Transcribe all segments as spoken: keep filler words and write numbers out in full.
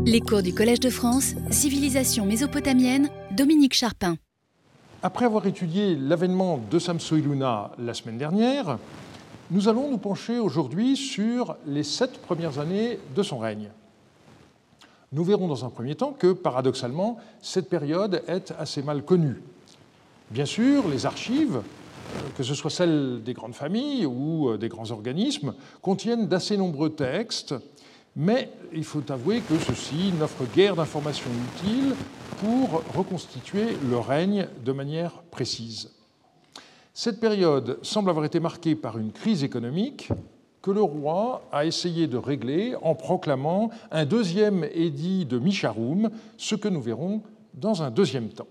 Les cours du Collège de France, Civilisation mésopotamienne, Dominique Charpin. Après avoir étudié l'avènement de Samsu-Iluna la semaine dernière, nous allons nous pencher aujourd'hui sur les sept premières années de son règne. Nous verrons dans un premier temps que, paradoxalement, cette période est assez mal connue. Bien sûr, les archives, que ce soit celles des grandes familles ou des grands organismes, contiennent d'assez nombreux textes, mais il faut avouer que ceux-ci n'offrent guère d'informations utiles pour reconstituer le règne de manière précise. Cette période semble avoir été marquée par une crise économique que le roi a essayé de régler en proclamant un deuxième édit de Misharum, ce que nous verrons dans un deuxième temps.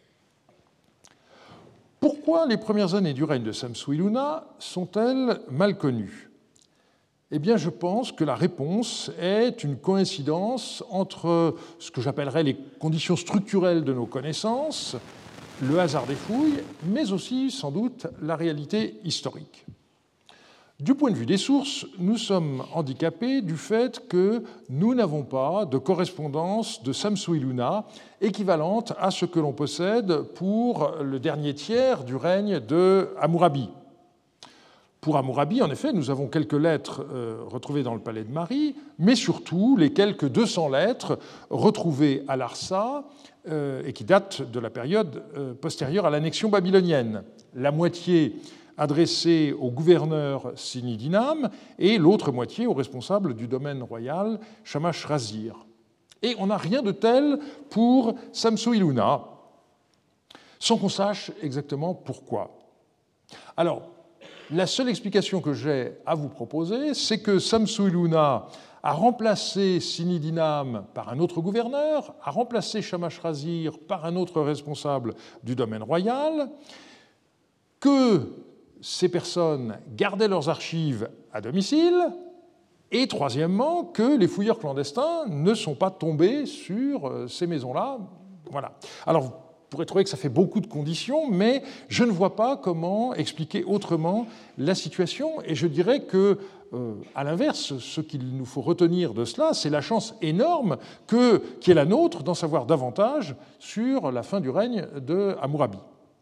Pourquoi les premières années du règne de Samsu-Iluna sont-elles mal connues ? Eh bien, je pense que la réponse est une coïncidence entre ce que j'appellerais les conditions structurelles de nos connaissances, le hasard des fouilles, mais aussi, sans doute, la réalité historique. Du point de vue des sources, nous sommes handicapés du fait que nous n'avons pas de correspondance de Samsu-Iluna équivalente à ce que l'on possède pour le dernier tiers du règne de Hammurabi. Pour Hammurabi, en effet, nous avons quelques lettres euh, retrouvées dans le palais de Mari, mais surtout les quelques deux cents lettres retrouvées à Larsa euh, et qui datent de la période euh, postérieure à l'annexion babylonienne. La moitié adressée au gouverneur Sinidinam et l'autre moitié au responsable du domaine royal, Shamash-Razir. Et on n'a rien de tel pour Samsu-Iluna, sans qu'on sache exactement pourquoi. Alors, la seule explication que j'ai à vous proposer, c'est que Samsu-Iluna a remplacé Sinidinam par un autre gouverneur, a remplacé Shamash-Razir par un autre responsable du domaine royal, que ces personnes gardaient leurs archives à domicile, et troisièmement, que les fouilleurs clandestins ne sont pas tombés sur ces maisons-là. Voilà. Alors, vous pourrez trouver que ça fait beaucoup de conditions, mais je ne vois pas comment expliquer autrement la situation. Et je dirais que, euh, à l'inverse, ce qu'il nous faut retenir de cela, c'est la chance énorme que, qui est la nôtre d'en savoir davantage sur la fin du règne de Hammurabi.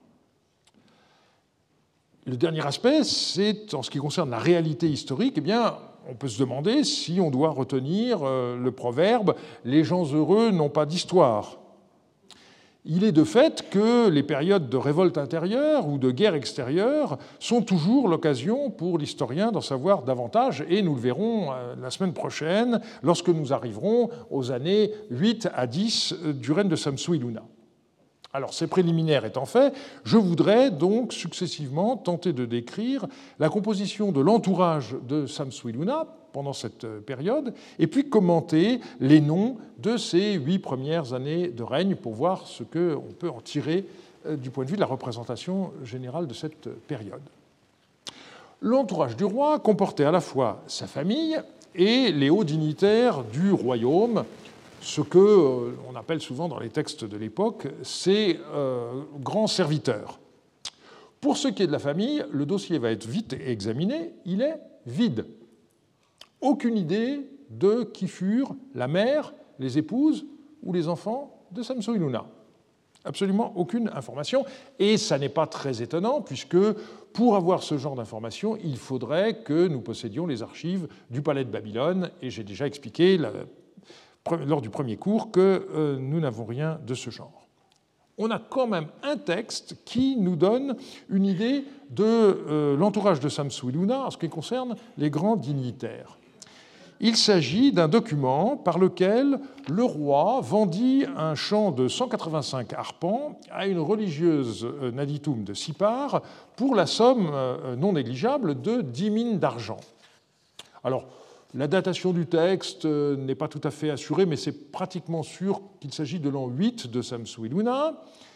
Le dernier aspect, c'est en ce qui concerne la réalité historique, eh bien, on peut se demander si on doit retenir euh, le proverbe « les gens heureux n'ont pas d'histoire ». Il est de fait que les périodes de révolte intérieure ou de guerre extérieure sont toujours l'occasion pour l'historien d'en savoir davantage, et nous le verrons la semaine prochaine lorsque nous arriverons aux années huit à dix du règne de Samsu-Iluna. Alors, ces préliminaires étant faits, je voudrais donc successivement tenter de décrire la composition de l'entourage de Samsu-Iluna pendant cette période, et puis commenter les noms de ces huit premières années de règne pour voir ce qu'on peut en tirer du point de vue de la représentation générale de cette période. L'entourage du roi comportait à la fois sa famille et les hauts dignitaires du royaume, ce qu'on appelle souvent dans les textes de l'époque ses euh, grands serviteurs. Pour ce qui est de la famille, le dossier va être vite examiné, il est vide. Aucune idée de qui furent la mère, les épouses ou les enfants de Samsu-Iluna. Absolument aucune information, et ça n'est pas très étonnant, puisque pour avoir ce genre d'informations, il faudrait que nous possédions les archives du palais de Babylone, et j'ai déjà expliqué la, lors du premier cours que euh, nous n'avons rien de ce genre. On a quand même un texte qui nous donne une idée de euh, l'entourage de Samsu-Iluna en ce qui concerne les grands dignitaires. Il s'agit d'un document par lequel le roi vendit un champ de cent quatre-vingt-cinq arpents à une religieuse Naditum de Sippar pour la somme non négligeable de dix mines d'argent. Alors, la datation du texte n'est pas tout à fait assurée, mais c'est pratiquement sûr qu'il s'agit de l'an huit de Samsu-Iluna.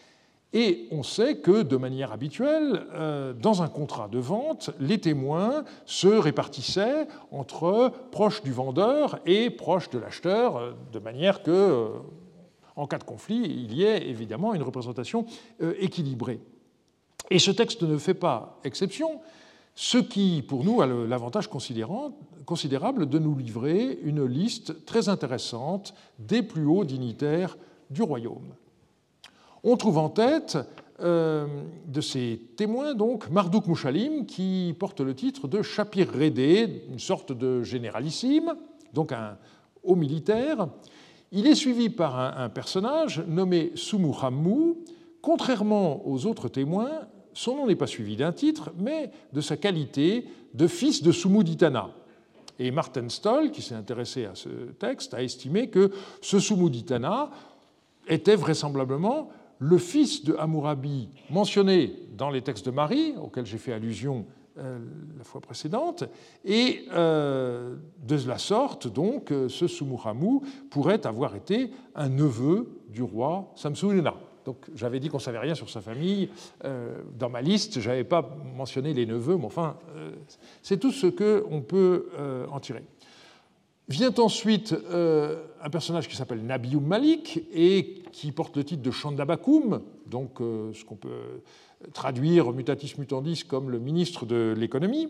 Et on sait que, de manière habituelle, dans un contrat de vente, les témoins se répartissaient entre proches du vendeur et proches de l'acheteur, de manière que, en cas de conflit, il y ait évidemment une représentation équilibrée. Et ce texte ne fait pas exception, Ce qui, pour nous, a l'avantage considérable de nous livrer une liste très intéressante des plus hauts dignitaires du royaume. On trouve en tête euh, de ces témoins, donc, Marduk Muchalim, qui porte le titre de Shapir Redé, une sorte de généralissime, donc un haut militaire. Il est suivi par un, un personnage nommé Sumuhammu. Contrairement aux autres témoins, son nom n'est pas suivi d'un titre, mais de sa qualité de fils de Sumuditana. Et Martin Stoll, qui s'est intéressé à ce texte, a estimé que ce Sumuditana était vraisemblablement le fils de Hammurabi mentionné dans les textes de Marie, auxquels j'ai fait allusion euh, la fois précédente, et euh, de la sorte, donc, ce Sumuhammu pourrait avoir été un neveu du roi Samsu-Iluna. Donc, j'avais dit qu'on ne savait rien sur sa famille. Euh, dans ma liste, je n'avais pas mentionné les neveux, mais enfin, euh, c'est tout ce qu'on peut euh, en tirer. Vient ensuite euh, un personnage qui s'appelle Nabium Malik et qui porte le titre de Chandabakum, donc euh, ce qu'on peut traduire mutatis mutandis comme le ministre de l'économie.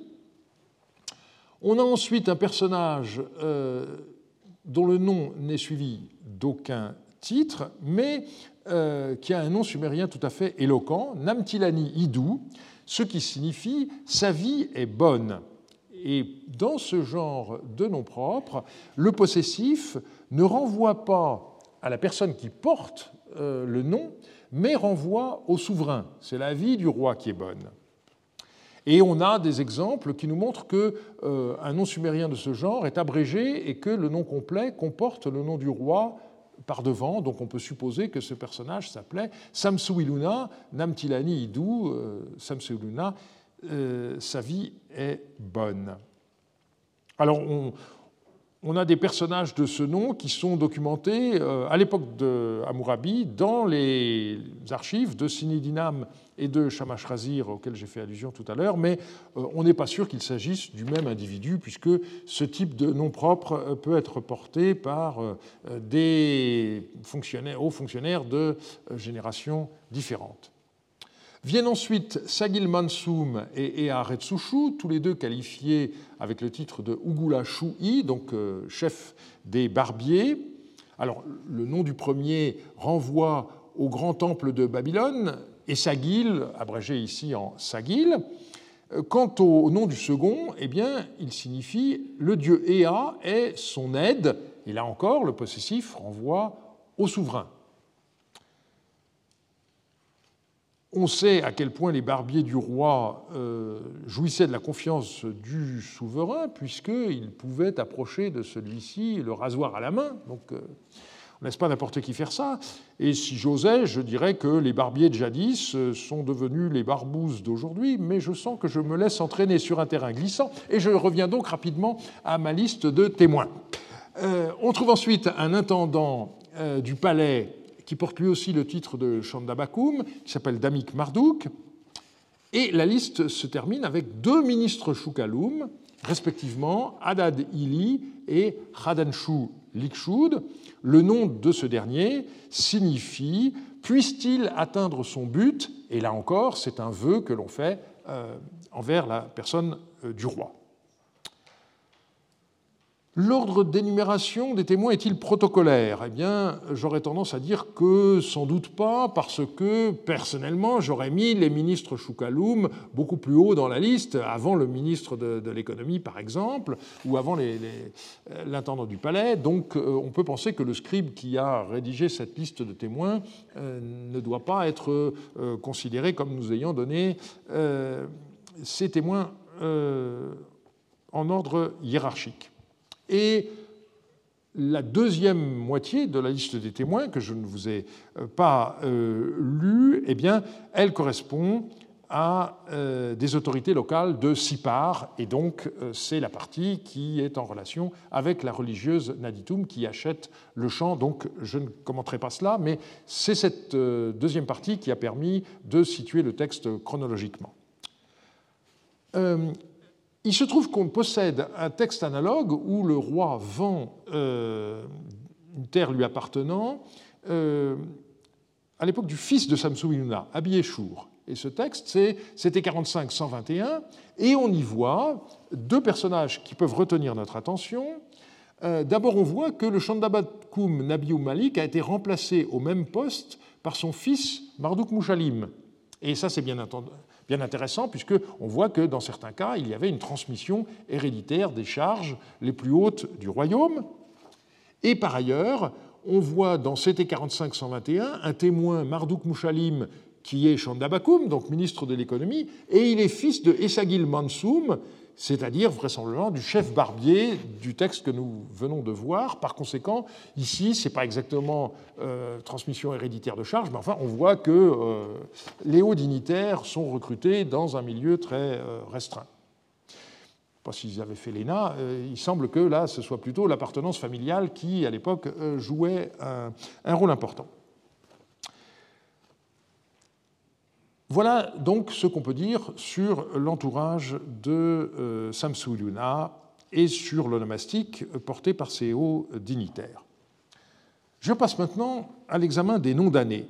On a ensuite un personnage euh, dont le nom n'est suivi d'aucun titre, mais euh, qui a un nom sumérien tout à fait éloquent, Namtilani Idu, ce qui signifie « sa vie est bonne ». Et dans ce genre de nom propre, le possessif ne renvoie pas à la personne qui porte euh, le nom, mais renvoie au souverain. C'est la vie du roi qui est bonne. Et on a des exemples qui nous montrent qu'un euh, nom sumérien de ce genre est abrégé et que le nom complet comporte le nom du roi par devant. Donc on peut supposer que ce personnage s'appelait Samsu-Iluna, Namtilani Idu, euh, Samsu-Iluna, euh, sa vie est bonne. Alors on, on a des personnages de ce nom qui sont documentés euh, à l'époque de Hammurabi dans les archives de Sinidinam et de Shamash-Razir auxquels j'ai fait allusion tout à l'heure, mais euh, on n'est pas sûr qu'il s'agisse du même individu puisque ce type de nom propre peut être porté par euh, des fonctionnaires, hauts fonctionnaires de euh, générations différentes. Viennent ensuite Sagil Mansoum et Ea Retsushu, tous les deux qualifiés avec le titre de Ugula Shui, donc euh, chef des barbiers. Alors, le nom du premier renvoie au grand temple de Babylone, et Sagil, abrégé ici en Sagil. Quant au nom du second, eh bien, il signifie le dieu Ea est son aide, et là encore, le possessif renvoie au souverain. On sait à quel point les barbiers du roi euh, jouissaient de la confiance du souverain, puisqu'ils pouvaient approcher de celui-ci le rasoir à la main. Donc, euh, on ne laisse pas n'importe qui faire ça. Et si j'osais, je dirais que les barbiers de jadis sont devenus les barbouzes d'aujourd'hui, mais je sens que je me laisse entraîner sur un terrain glissant, et je reviens donc rapidement à ma liste de témoins. Euh, on trouve ensuite un intendant euh, du palais qui porte lui aussi le titre de Chandabakum, qui s'appelle Damik Marduk. Et la liste se termine avec deux ministres Shukalum, respectivement Hadad Ili et Khadanshu Likshud. Le nom de ce dernier signifie « puisse-t-il atteindre son but ?» Et là encore, c'est un vœu que l'on fait euh, envers la personne euh, du roi. L'ordre d'énumération des témoins est-il protocolaire ? Eh bien, j'aurais tendance à dire que sans doute pas, parce que, personnellement, j'aurais mis les ministres Shukalum beaucoup plus haut dans la liste, avant le ministre de, de l'économie, par exemple, ou avant les, les, l'intendant du palais. Donc, euh, on peut penser que le scribe qui a rédigé cette liste de témoins euh, ne doit pas être euh, considéré comme nous ayant donné euh, ces témoins euh, en ordre hiérarchique. Et la deuxième moitié de la liste des témoins, que je ne vous ai pas euh, lue, eh bien, elle correspond à euh, des autorités locales de Sipar, et donc euh, c'est la partie qui est en relation avec la religieuse Naditum qui achète le champ. Donc je ne commenterai pas cela, mais c'est cette euh, deuxième partie qui a permis de situer le texte chronologiquement. Euh, Il se trouve qu'on possède un texte analogue où le roi vend euh, une terre lui appartenant euh, à l'époque du fils de Samsu-Iluna, Abi-Eshur. Et ce texte, c'est C T quarante-cinq cent vingt et un, et on y voit deux personnages qui peuvent retenir notre attention. Euh, D'abord, on voit que le Chandabakoum Nabiou Malik a été remplacé au même poste par son fils Mardouk Mouchalim. Et ça, c'est bien, bien intéressant, puisqu'on voit que dans certains cas, il y avait une transmission héréditaire des charges les plus hautes du royaume. Et par ailleurs, on voit dans C T quarante-cinq cent vingt et un un témoin, Mardouk Mouchalim, qui est Chandabakoum, donc ministre de l'économie, et il est fils de Essagil Mansoum, c'est-à-dire vraisemblablement du chef barbier du texte que nous venons de voir. Par conséquent, ici, ce n'est pas exactement euh, transmission héréditaire de charge, mais enfin, on voit que euh, les hauts dignitaires sont recrutés dans un milieu très euh, restreint. Je ne sais pas s'ils avaient fait l'E N A, euh, il semble que là, ce soit plutôt l'appartenance familiale qui, à l'époque, euh, jouait un, un rôle important. Voilà donc ce qu'on peut dire sur l'entourage de euh, Samsu-Iluna et sur l'onomastique porté par ses hauts dignitaires. Je passe maintenant à l'examen des noms d'années.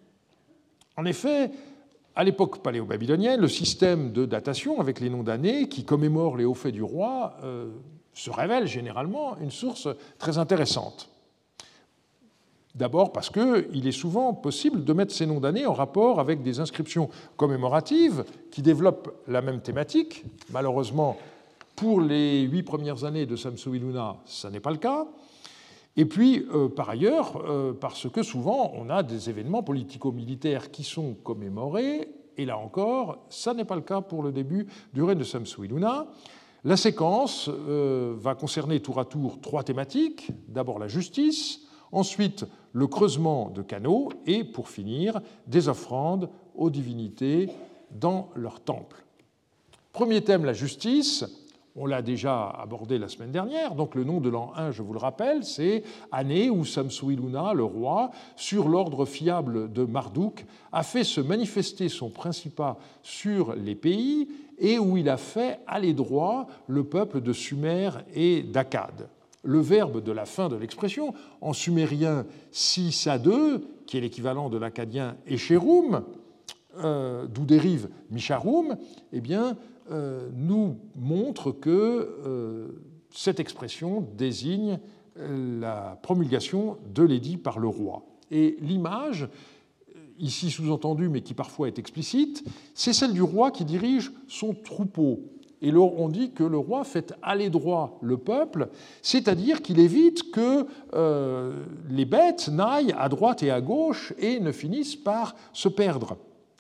En effet, à l'époque paléo-babylonienne, le système de datation avec les noms d'années qui commémorent les hauts faits du roi euh, se révèle généralement une source très intéressante. D'abord parce qu'il est souvent possible de mettre ces noms d'années en rapport avec des inscriptions commémoratives qui développent la même thématique. Malheureusement, pour les huit premières années de Samsu-Iluna, ça n'est pas le cas. Et puis, euh, par ailleurs, euh, parce que souvent, on a des événements politico-militaires qui sont commémorés, et là encore, ça n'est pas le cas pour le début du règne de Samsu-Iluna. La séquence euh, va concerner tour à tour trois thématiques. D'abord la justice, ensuite le creusement de canaux et, pour finir, des offrandes aux divinités dans leur temple. Premier thème, la justice. On l'a déjà abordé la semaine dernière. Donc le nom de l'an un, je vous le rappelle, c'est année où Samsu-Iluna, le roi, sur l'ordre fiable de Marduk, a fait se manifester son principat sur les pays et où il a fait aller droit le peuple de Sumer et d'Akkad. Le verbe de la fin de l'expression, en sumérien si-sa-deux, qui est l'équivalent de l'akkadien esherum, euh, d'où dérive misharum, eh bien, euh, nous montre que euh, cette expression désigne la promulgation de l'édit par le roi. Et l'image, ici sous-entendue, mais qui parfois est explicite, c'est celle du roi qui dirige son troupeau. Et là, on dit que le roi fait aller droit le peuple, c'est-à-dire qu'il évite que euh, les bêtes n'aillent à droite et à gauche et ne finissent par se perdre.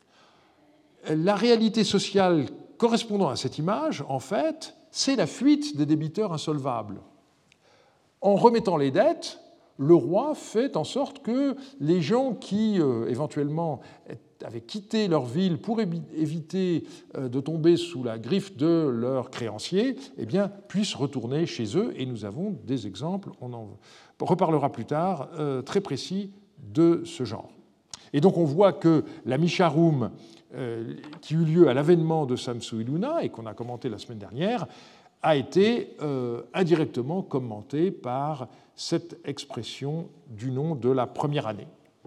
La réalité sociale correspondant à cette image, en fait, c'est la fuite des débiteurs insolvables. En remettant les dettes, le roi fait en sorte que les gens qui, euh, éventuellement, avaient quitté leur ville pour éviter de tomber sous la griffe de leurs créanciers, eh bien, puissent retourner chez eux. Et nous avons des exemples, on en reparlera plus tard, euh, très précis de ce genre. Et donc on voit que la Misharum, euh, qui eut lieu à l'avènement de Samsu-Iluna et qu'on a commenté la semaine dernière, a été euh, indirectement commentée par cette expression du nom de la première année.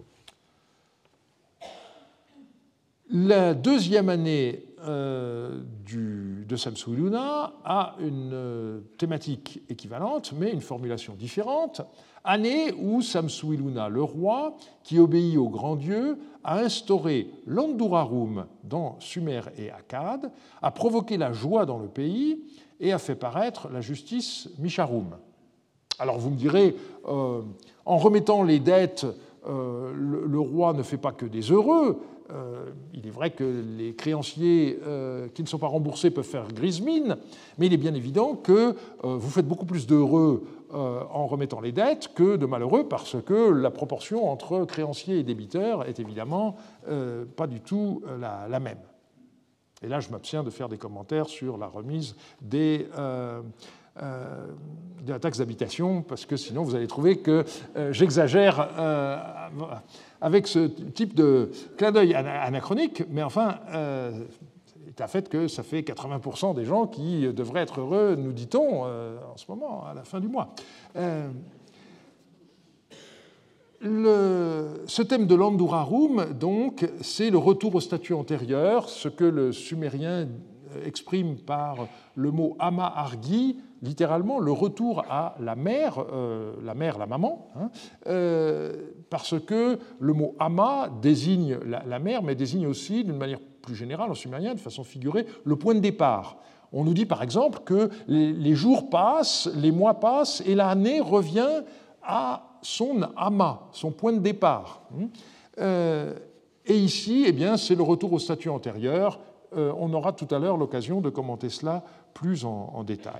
La deuxième année euh, du, de Samsu-Iluna a une euh, thématique équivalente, mais une formulation différente. Année où Samsu-Iluna, le roi, qui obéit au grand Dieu, a instauré l'Andurarum dans Sumer et Akkad, a provoqué la joie dans le pays et a fait paraître la justice Misharum. Alors vous me direz, euh, en remettant les dettes, euh, le, le roi ne fait pas que des heureux. Euh, il est vrai que les créanciers euh, qui ne sont pas remboursés peuvent faire grise mine, mais il est bien évident que euh, vous faites beaucoup plus d'heureux euh, en remettant les dettes que de malheureux, parce que la proportion entre créanciers et débiteurs est évidemment euh, pas du tout la, la même. Et là, je m'abstiens de faire des commentaires sur la remise des... Euh, Euh, de la taxe d'habitation, parce que sinon vous allez trouver que euh, j'exagère euh, avec ce type de clin d'œil anachronique, mais enfin, euh, c'est un fait que ça fait quatre-vingts pour cent des gens qui devraient être heureux, nous dit-on, euh, en ce moment, à la fin du mois. Euh, le, ce thème de l'Andurarum, donc, c'est le retour au statut antérieur, ce que le sumérien exprime par le mot ama argi, littéralement le retour à la mère, euh, la mère, la maman, hein, euh, parce que le mot ama désigne la, la mère, mais désigne aussi, d'une manière plus générale en sumérien, de façon figurée, le point de départ. On nous dit par exemple que les, les jours passent, les mois passent, et l'année revient à son ama, son point de départ. Euh, et ici, eh bien, c'est le retour au statut antérieur. Euh, on aura tout à l'heure l'occasion de commenter cela plus en, en détail.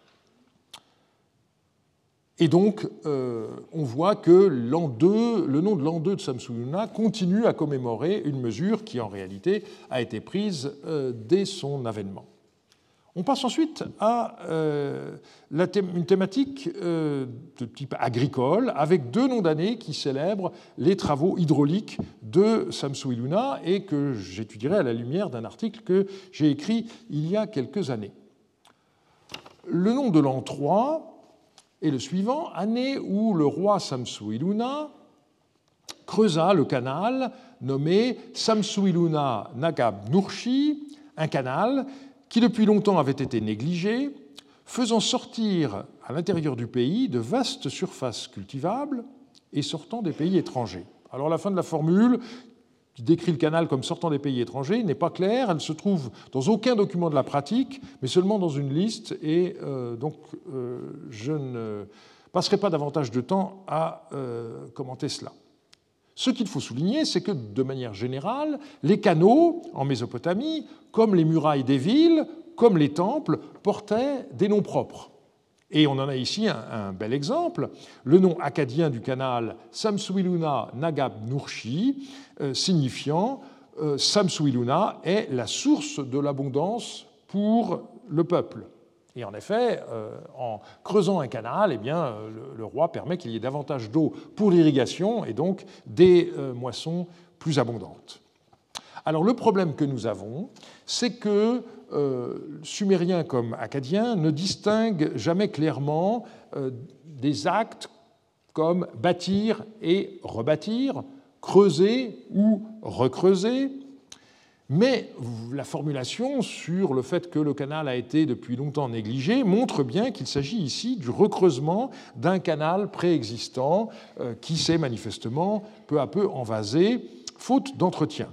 Et donc, euh, on voit que l'an deux, le nom de l'an deux de Samsu-Iluna continue à commémorer une mesure qui, en réalité, a été prise euh, dès son avènement. On passe ensuite à euh, la thé- une thématique euh, de type agricole, avec deux noms d'années qui célèbrent les travaux hydrauliques de Samsu-Iluna et que j'étudierai à la lumière d'un article que j'ai écrit il y a quelques années. Le nom de l'an trois est le suivant, année où le roi Samsu-Iluna creusa le canal nommé Samsu-Iluna Nagab Nurshi, un canal qui depuis longtemps avait été négligé, faisant sortir à l'intérieur du pays de vastes surfaces cultivables et sortant des pays étrangers. Alors la fin de la formule, qui décrit le canal comme sortant des pays étrangers, n'est pas claire, elle ne se trouve dans aucun document de la pratique, mais seulement dans une liste, et euh, donc euh, je ne passerai pas davantage de temps à euh, commenter cela. Ce qu'il faut souligner, c'est que, de manière générale, les canaux en Mésopotamie, comme les murailles des villes, comme les temples, portaient des noms propres. Et on en a ici un, un bel exemple. Le nom akkadien du canal Samsu-Iluna Nagab Nurshi, euh, signifiant euh, Samsu-Iluna est la source de l'abondance pour le peuple. Et en effet, euh, en creusant un canal, eh bien, le, le roi permet qu'il y ait davantage d'eau pour l'irrigation et donc des euh, moissons plus abondantes. Alors le problème que nous avons, c'est que euh, Sumériens comme Akkadiens ne distinguent jamais clairement euh, des actes comme bâtir et rebâtir, creuser ou recreuser. Mais la formulation sur le fait que le canal a été depuis longtemps négligé montre bien qu'il s'agit ici du recreusement d'un canal préexistant euh, qui s'est manifestement peu à peu envasé, faute d'entretien.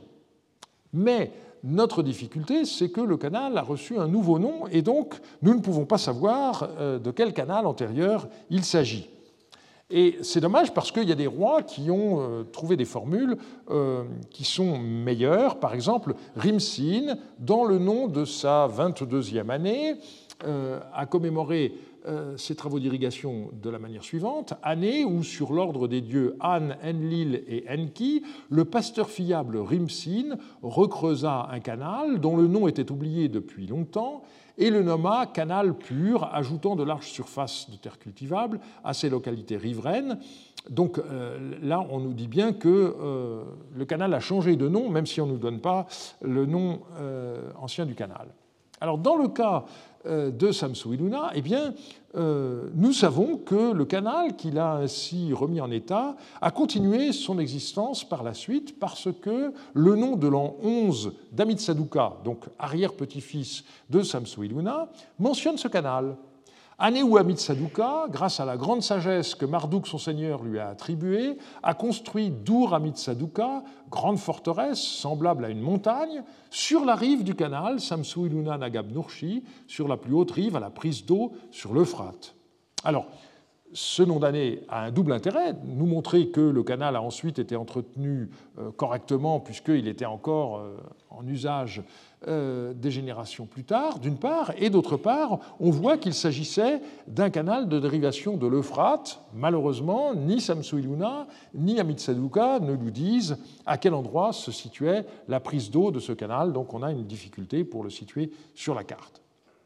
Mais notre difficulté, c'est que le canal a reçu un nouveau nom et donc nous ne pouvons pas savoir euh, de quel canal antérieur il s'agit. Et c'est dommage parce qu'il y a des rois qui ont euh, trouvé des formules euh, qui sont meilleures. Par exemple, Rimsin, dans le nom de sa vingt-deuxième année, euh, a commémoré euh, ses travaux d'irrigation de la manière suivante. Année où, sur l'ordre des dieux An, Enlil et Enki, le pasteur fiable Rimsin recreusa un canal dont le nom était oublié depuis longtemps et le nomma canal pur, ajoutant de larges surfaces de terre cultivable à ces localités riveraines. Donc euh, là, on nous dit bien que euh, le canal a changé de nom, même si on ne nous donne pas le nom euh, ancien du canal. Alors dans le cas euh, de Samsu-Iluna, eh bien, euh, nous savons que le canal qu'il a ainsi remis en état a continué son existence par la suite parce que le nom de l'an onze d'Amitsaduqa, donc arrière-petit-fils de Samsu-Iluna, mentionne ce canal. Année où Amitsaduqa, grâce à la grande sagesse que Marduk, son seigneur, lui a attribuée, a construit Dur Amitsaduqa, grande forteresse semblable à une montagne, sur la rive du canal Samsu-Iluna Nagab Nurshi, sur la plus haute rive à la prise d'eau sur l'Euphrate. Alors, ce nom d'année a un double intérêt, nous montrer que le canal a ensuite été entretenu correctement puisqu'il était encore en usage des générations plus tard, d'une part, et d'autre part, on voit qu'il s'agissait d'un canal de dérivation de l'Euphrate. Malheureusement, ni Samsu-Iluna ni Amitsaduqa ne nous disent à quel endroit se situait la prise d'eau de ce canal, donc on a une difficulté pour le situer sur la carte.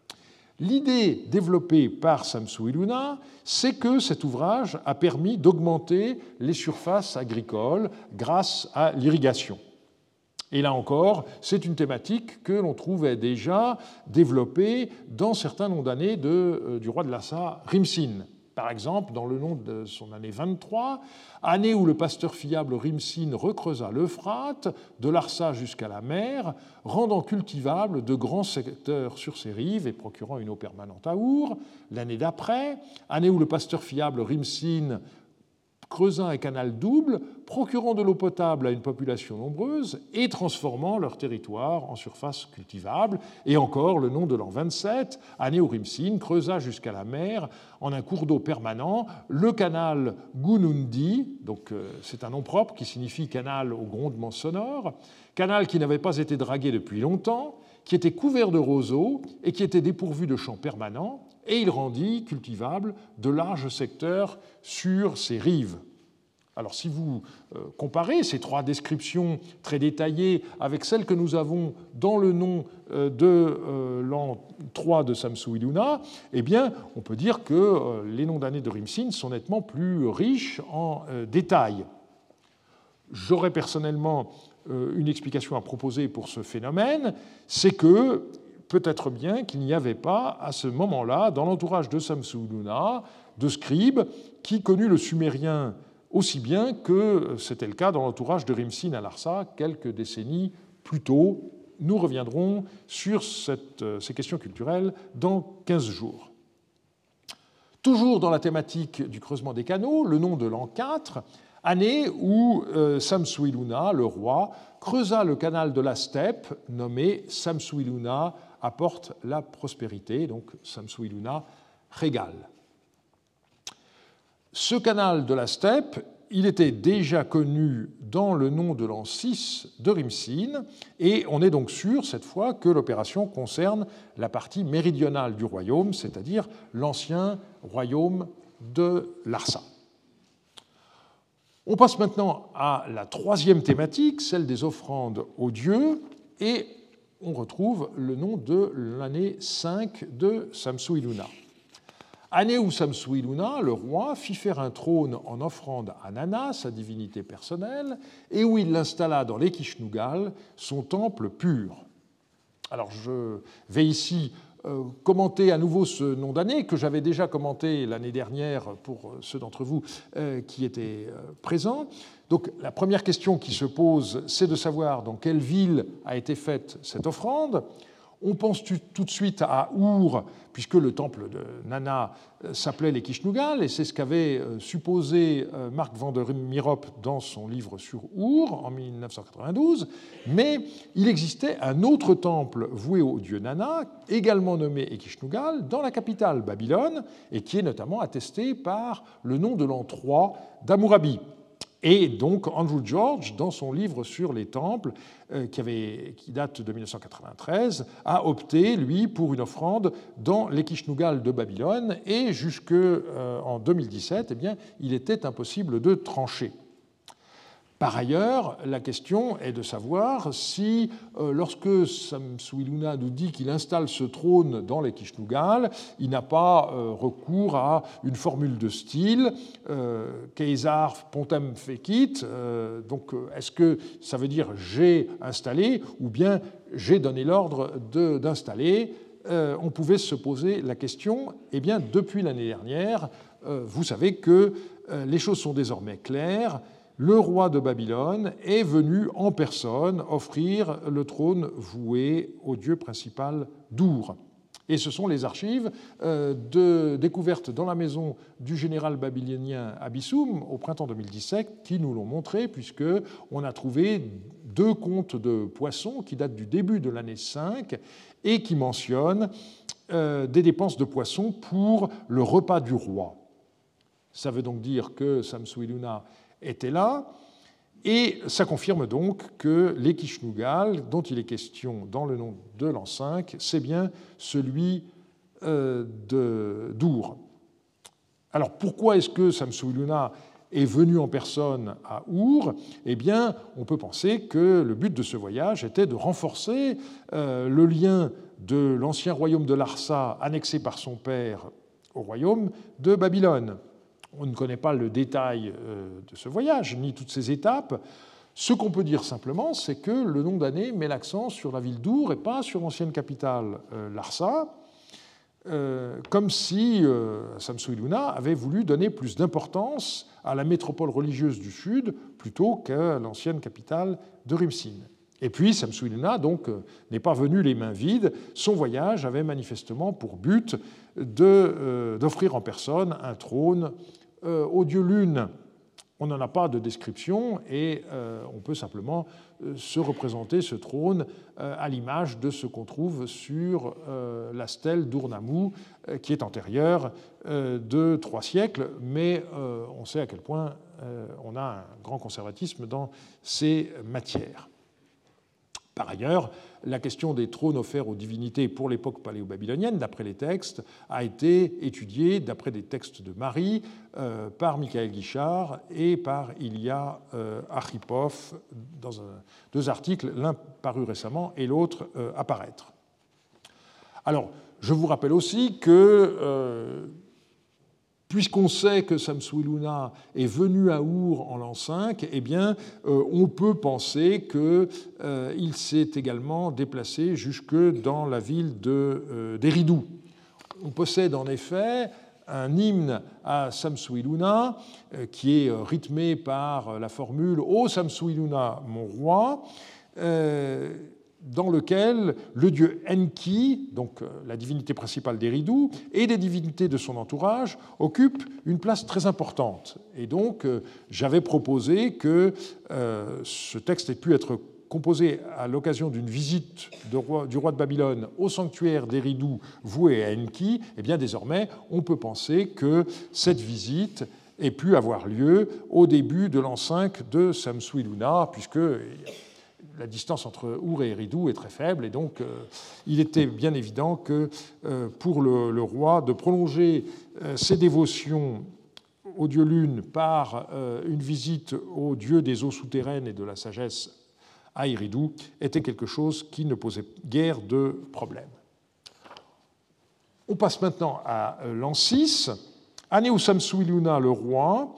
L'idée développée par Samsu-Iluna, c'est que cet ouvrage a permis d'augmenter les surfaces agricoles grâce à l'irrigation. Et là encore, c'est une thématique que l'on trouvait déjà développée dans certains noms d'années de, euh, du roi de Lhasa, Rimsin. Par exemple, dans le nom de son année vingt-trois, année où le pasteur fiable Rimsin recreusa l'Euphrate, de Larsa jusqu'à la mer, rendant cultivables de grands secteurs sur ses rives et procurant une eau permanente à Our. L'année d'après, année où le pasteur fiable Rimsin creusa un canal double, procurant de l'eau potable à une population nombreuse et transformant leur territoire en surface cultivable. Et encore, le nom de l'an vingt-sept, année où Rimsin creusa jusqu'à la mer en un cours d'eau permanent, le canal Gunundi, donc euh, c'est un nom propre qui signifie canal au grondement sonore, canal qui n'avait pas été dragué depuis longtemps, qui était couvert de roseaux et qui était dépourvu de champs permanents, et il rendit cultivables de larges secteurs sur ses rives. Alors si vous comparez ces trois descriptions très détaillées avec celles que nous avons dans le nom de l'an trois de Samsu-Iluna, eh bien, on peut dire que les noms d'années de Rimsin sont nettement plus riches en détails. J'aurais personnellement une explication à proposer pour ce phénomène, c'est que peut-être bien qu'il n'y avait pas, à ce moment-là, dans l'entourage de Samsu-Iluna, de scribes qui connut le sumérien aussi bien que c'était le cas dans l'entourage de Rimsin à Larsa quelques décennies plus tôt. Nous reviendrons sur cette, ces questions culturelles dans quinze jours. Toujours dans la thématique du creusement des canaux, le nom de l'an quatre, année où euh, Samsu-Iluna, le roi, creusa le canal de la steppe, nommé Samsu-Iluna apporte la prospérité, donc Samsu-Iluna régale. Ce canal de la steppe, il était déjà connu dans le nom de l'an six de Rimsin, et on est donc sûr cette fois que l'opération concerne la partie méridionale du royaume, c'est-à-dire l'ancien royaume de Larsa. On passe maintenant à la troisième thématique, celle des offrandes aux dieux, et on retrouve le nom de l'année cinq de Samsu-Iluna. Année où Samsu-Iluna, le roi, fit faire un trône en offrande à Nana, sa divinité personnelle, et où il l'installa dans l'Ekishnugal, son temple pur. Alors je vais ici euh, commenter à nouveau ce nom d'année que j'avais déjà commenté l'année dernière pour ceux d'entre vous euh, qui étaient euh, présents. Donc la première question qui se pose, c'est de savoir dans quelle ville a été faite cette offrande. On pense tout de suite à Our, puisque le temple de Nana s'appelait l'Ekishnugal, et c'est ce qu'avait supposé Marc van der Meerop dans son livre sur Our en mille neuf cent quatre-vingt-douze. Mais il existait un autre temple voué au dieu Nana, également nommé Ekishnugal, dans la capitale Babylone, et qui est notamment attesté par le nom de l'an trois d'Hammurabi. Et donc Andrew George, dans son livre sur les temples, euh, qui, avait, qui date de mille neuf cent quatre-vingt-treize, a opté, lui, pour une offrande dans l'Ekishnugal de Babylone, et jusqu'en euh, deux mille dix-sept, eh bien, il était impossible de trancher. Par ailleurs, la question est de savoir si, euh, lorsque Samsu-Iluna nous dit qu'il installe ce trône dans l'Ekishnugal, il n'a pas euh, recours à une formule de style, euh, Caesar pontem fecit, euh, donc est-ce que ça veut dire j'ai installé ou bien j'ai donné l'ordre de, d'installer euh, On pouvait se poser la question, eh bien depuis l'année dernière, euh, vous savez que euh, les choses sont désormais claires. Le roi de Babylone est venu en personne offrir le trône voué au dieu principal d'Ur. Et ce sont les archives de, découvertes dans la maison du général babylonien Abissum au printemps deux mille dix-sept qui nous l'ont montré, puisqu'on a trouvé deux comptes de poissons qui datent du début de l'année cinq et qui mentionnent des dépenses de poissons pour le repas du roi. Ça veut donc dire que Samsu-Iluna était là, et ça confirme donc que l'Ekishnugal, dont il est question dans le nom de l'an cinq, c'est bien celui euh, d'Ur. Alors pourquoi est-ce que Samsu-Iluna est venu en personne à Our? Eh bien, on peut penser que le but de ce voyage était de renforcer euh, le lien de l'ancien royaume de Larsa, annexé par son père au royaume de Babylone. On ne connaît pas le détail de ce voyage, ni toutes ses étapes. Ce qu'on peut dire simplement, c'est que le nom d'année met l'accent sur la ville d'Ur et pas sur l'ancienne capitale Larsa. euh, comme si euh, Samsu-Iluna avait voulu donner plus d'importance à la métropole religieuse du Sud plutôt qu'à l'ancienne capitale de Rimsin. Et puis, Samsu-Iluna donc n'est pas venu les mains vides. Son voyage avait manifestement pour but de, euh, d'offrir en personne un trône euh, au dieu Lune. On n'en a pas de description et euh, on peut simplement euh, se représenter ce trône euh, à l'image de ce qu'on trouve sur euh, la stèle d'Urnammu, euh, qui est antérieure euh, de trois siècles, mais euh, on sait à quel point euh, on a un grand conservatisme dans ces matières. Par ailleurs, la question des trônes offerts aux divinités pour l'époque paléo-babylonienne, d'après les textes, a été étudiée, d'après des textes de Marie, euh, par Michael Guichard et par Ilya euh, Arkhipov, dans un, deux articles, l'un paru récemment et l'autre euh, à paraître. Alors, je vous rappelle aussi que, euh, puisqu'on sait que Samsu-Iluna est venu à Our en l'an cinq, eh bien, euh, on peut penser qu'il euh, s'est également déplacé jusque dans la ville de, euh, d'Eridu. On possède en effet un hymne à Samsu-Iluna euh, qui est rythmé par la formule « Ô Samsu-Iluna, mon roi euh, », dans lequel le dieu Enki, donc la divinité principale d'Eridu, et des divinités de son entourage occupent une place très importante. Et donc, j'avais proposé que euh, ce texte ait pu être composé à l'occasion d'une visite de roi, du roi de Babylone au sanctuaire d'Eridu voué à Enki. Et bien désormais, on peut penser que cette visite ait pu avoir lieu au début de l'an cinq de Samsu-Iluna, puisque la distance entre Our et Eridu est très faible, et donc euh, il était bien évident que euh, pour le, le roi, de prolonger euh, ses dévotions au dieu Lune par euh, une visite au dieu des eaux souterraines et de la sagesse à Eridu était quelque chose qui ne posait guère de problème. On passe maintenant à l'an six, année où Samsu-Iluna, le roi,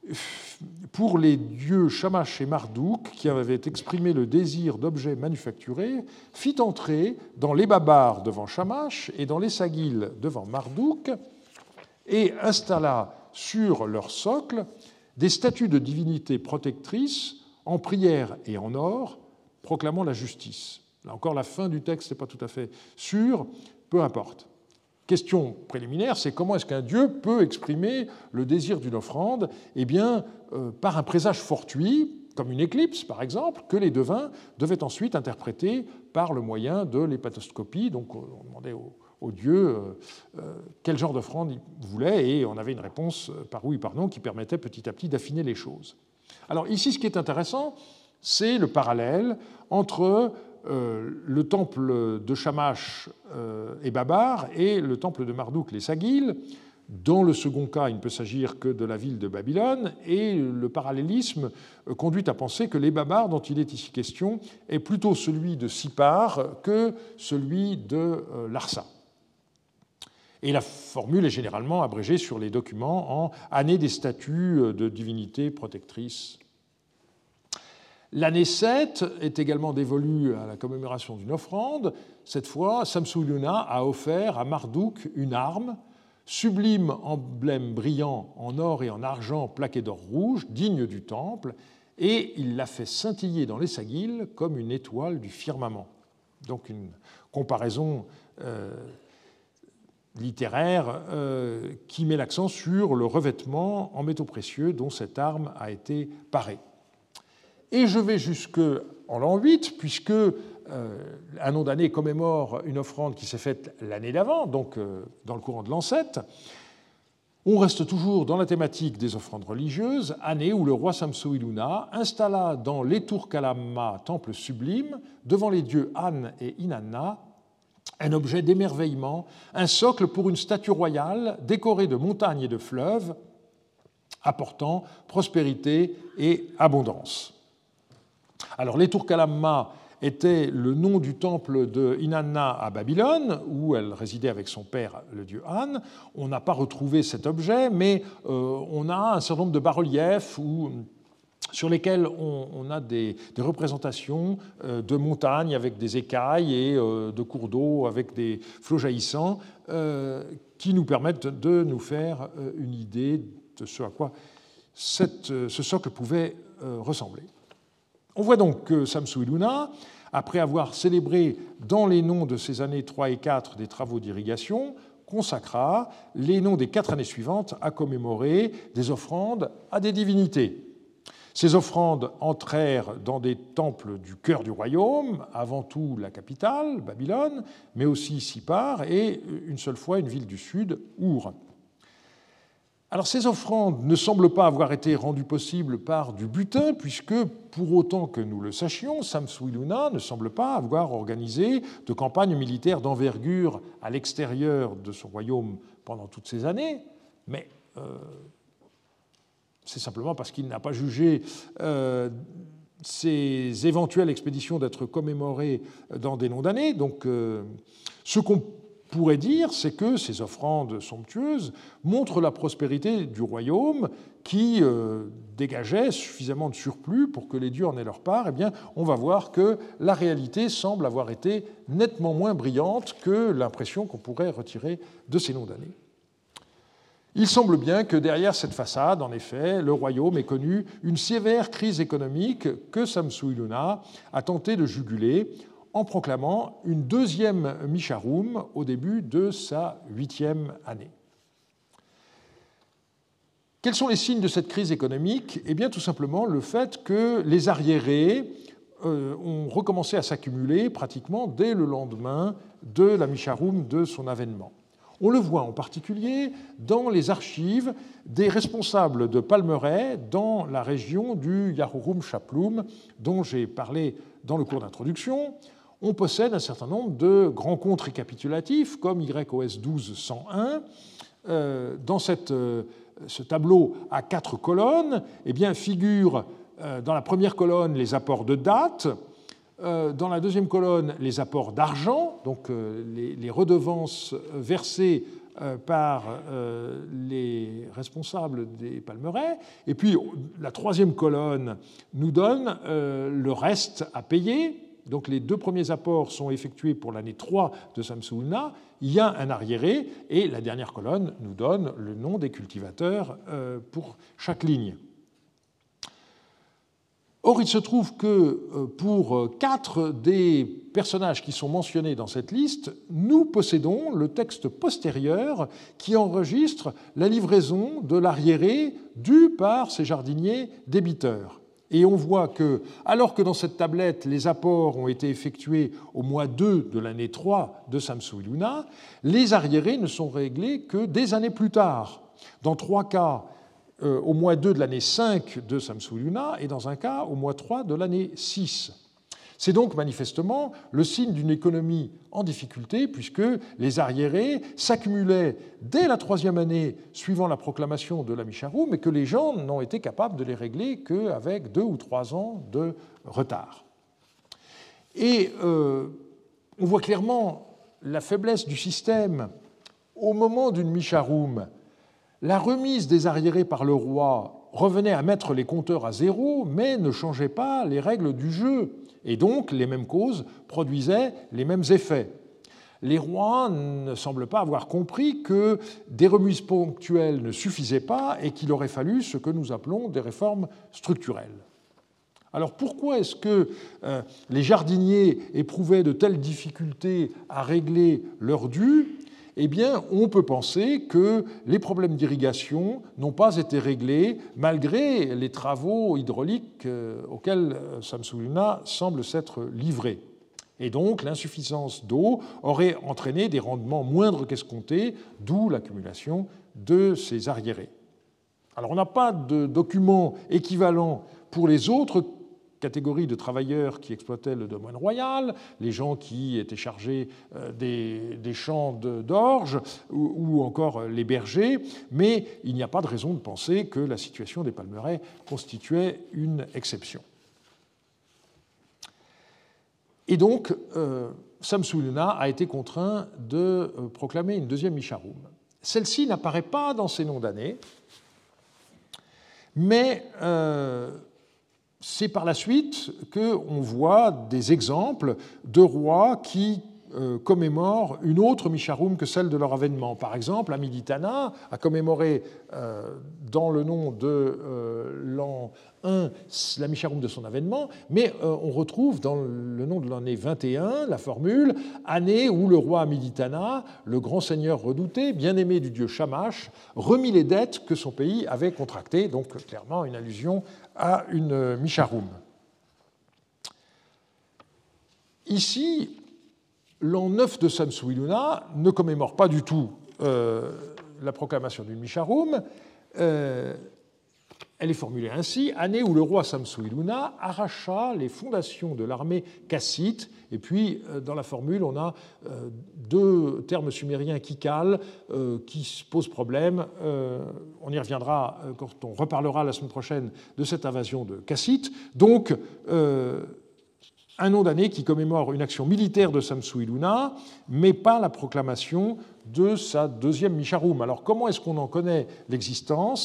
pour les dieux Shamash et Marduk, qui avaient exprimé le désir d'objets manufacturés, fit entrer dans les Babars devant Shamash et dans les Sagil devant Marduk, et installa sur leur socle des statues de divinités protectrices en prière et en or, proclamant la justice. Là encore, la fin du texte n'est pas tout à fait sûre, peu importe. Question préliminaire, c'est comment est-ce qu'un dieu peut exprimer le désir d'une offrande ? Eh bien, euh, par un présage fortuit, comme une éclipse, par exemple, que les devins devaient ensuite interpréter par le moyen de l'hépatoscopie. Donc, on demandait au, au dieu euh, euh, quel genre d'offrande il voulait, et on avait une réponse par oui ou par non qui permettait petit à petit d'affiner les choses. Alors ici, ce qui est intéressant, c'est le parallèle entre Euh, le temple de Shamash euh, et Babar et le temple de Marduk, les Sagil. Dans le second cas, il ne peut s'agir que de la ville de Babylone, et le parallélisme conduit à penser que les Babars dont il est ici question est plutôt celui de Sippar que celui de euh, Larsa. Et la formule est généralement abrégée sur les documents en année des statues de divinités protectrices. L'année sept est également dévolue à la commémoration d'une offrande. Cette fois, Samsu-Iluna a offert à Marduk une arme, sublime emblème brillant en or et en argent plaqué d'or rouge, digne du temple, et il l'a fait scintiller dans les Sagil comme une étoile du firmament. Donc une comparaison euh, littéraire euh, qui met l'accent sur le revêtement en métaux précieux dont cette arme a été parée. Et je vais jusqu'en l'an huit, puisque euh, un nom d'année commémore une offrande qui s'est faite l'année d'avant, donc euh, dans le courant de l'an sept. On reste toujours dans la thématique des offrandes religieuses, année où le roi Samsu-Iluna installa dans l'Eturkalamma, temple sublime, devant les dieux An et Inanna, un objet d'émerveillement, un socle pour une statue royale décorée de montagnes et de fleuves, apportant prospérité et abondance. Alors, l'Eturkalamma était le nom du temple de Inanna à Babylone, où elle résidait avec son père, le dieu An. On n'a pas retrouvé cet objet, mais euh, on a un certain nombre de bas-reliefs où sur lesquels on, on a des, des représentations euh, de montagnes avec des écailles et euh, de cours d'eau avec des flots jaillissants euh, qui nous permettent de nous faire euh, une idée de ce à quoi cette, euh, ce socle pouvait euh, ressembler. On voit donc que Samsu-Iluna, après avoir célébré dans les noms de ces années trois et quatre des travaux d'irrigation, consacra les noms des quatre années suivantes à commémorer des offrandes à des divinités. Ces offrandes entrèrent dans des temples du cœur du royaume, avant tout la capitale, Babylone, mais aussi Sippar et une seule fois une ville du sud, Our. Alors ces offrandes ne semblent pas avoir été rendues possibles par du butin, puisque, pour autant que nous le sachions, Samsu-Iluna ne semble pas avoir organisé de campagne militaire d'envergure à l'extérieur de son royaume pendant toutes ces années, mais euh, c'est simplement parce qu'il n'a pas jugé euh, ces éventuelles expéditions d'être commémorées dans des noms d'années. Donc, euh, ce qu'on pourrait dire, c'est que ces offrandes somptueuses montrent la prospérité du royaume qui euh, dégageait suffisamment de surplus pour que les dieux en aient leur part. Eh bien, on va voir que la réalité semble avoir été nettement moins brillante que l'impression qu'on pourrait retirer de ces noms d'années. Il semble bien que derrière cette façade, en effet, le royaume ait connu une sévère crise économique que Samsu-Iluna a tenté de juguler en proclamant une deuxième Misharum au début de sa huitième année. Quels sont les signes de cette crise économique ? Eh bien, tout simplement le fait que les arriérés euh, ont recommencé à s'accumuler pratiquement dès le lendemain de la Misharum de son avènement. On le voit en particulier dans les archives des responsables de Palmeraie dans la région du Yahurum Shaplum, dont j'ai parlé dans le cours d'introduction. On possède un certain nombre de grands comptes récapitulatifs, comme Y O S douze cent un. Euh, dans cette, euh, ce tableau à quatre colonnes, eh bien, figurent euh, dans la première colonne les apports de date, dans la deuxième colonne, les apports d'argent, donc les, les redevances versées par les responsables des Palmeraie. Et puis, la troisième colonne nous donne le reste à payer. Donc, les deux premiers apports sont effectués pour l'année trois de Samsu-Iluna. Il y a un arriéré. Et la dernière colonne nous donne le nom des cultivateurs pour chaque ligne. Or, il se trouve que pour quatre des personnages qui sont mentionnés dans cette liste, nous possédons le texte postérieur qui enregistre la livraison de l'arriéré dû par ces jardiniers débiteurs. Et on voit que, alors que dans cette tablette, les apports ont été effectués au mois deux de l'année trois de Samsu-Iluna, les arriérés ne sont réglés que des années plus tard. Dans trois cas, au mois deux de l'année cinq de Samsu-Iluna et dans un cas au mois trois de l'année six. C'est donc manifestement le signe d'une économie en difficulté puisque les arriérés s'accumulaient dès la troisième année suivant la proclamation de la Misharum mais que les gens n'ont été capables de les régler qu'avec deux ou trois ans de retard. Et euh, on voit clairement la faiblesse du système au moment d'une Misharum. La remise des arriérés par le roi revenait à mettre les compteurs à zéro, mais ne changeait pas les règles du jeu. Et donc, les mêmes causes produisaient les mêmes effets. Les rois ne semblent pas avoir compris que des remises ponctuelles ne suffisaient pas et qu'il aurait fallu ce que nous appelons des réformes structurelles. Alors pourquoi est-ce que euh, les jardiniers éprouvaient de telles difficultés à régler leurs dus ? Eh bien, on peut penser que les problèmes d'irrigation n'ont pas été réglés malgré les travaux hydrauliques auxquels Samsu-Iluna semble s'être livré. Et donc, l'insuffisance d'eau aurait entraîné des rendements moindres qu'escomptés, d'où l'accumulation de ces arriérés. Alors, on n'a pas de document équivalent pour les autres catégories de travailleurs qui exploitaient le domaine royal, les gens qui étaient chargés des, des champs d'orge ou, ou encore les bergers, mais il n'y a pas de raison de penser que la situation des Palmeraie constituait une exception. Et donc, euh, Samsu-Iluna a été contraint de proclamer une deuxième Misharum. Celle-ci n'apparaît pas dans ses noms d'années, mais euh, c'est par la suite qu'on voit des exemples de rois qui euh, commémorent une autre Misharum que celle de leur avènement. Par exemple, Amiditana a commémoré euh, dans le nom de euh, l'an un la Misharum de son avènement, mais euh, on retrouve dans le nom de l'année vingt et un la formule « année où le roi Amiditana, le grand seigneur redouté, bien-aimé du dieu Shamash, remit les dettes que son pays avait contractées », donc clairement une allusion à une Misharum. Ici, l'an neuf de Samsuiluna ne commémore pas du tout euh, la proclamation d'une Misharum. Euh, elle est formulée ainsi, année où le roi Samsuiluna arracha les fondations de l'armée cassite. Et puis, euh, dans la formule, on a euh, deux termes sumériens qui calent, euh, qui posent problème. Euh, on y reviendra euh, quand on reparlera la semaine prochaine de cette invasion de Kassite. Donc, euh, un nom d'année qui commémore une action militaire de Samsuiluna, mais pas la proclamation de sa deuxième Misharum. Alors comment est-ce qu'on en connaît l'existence ?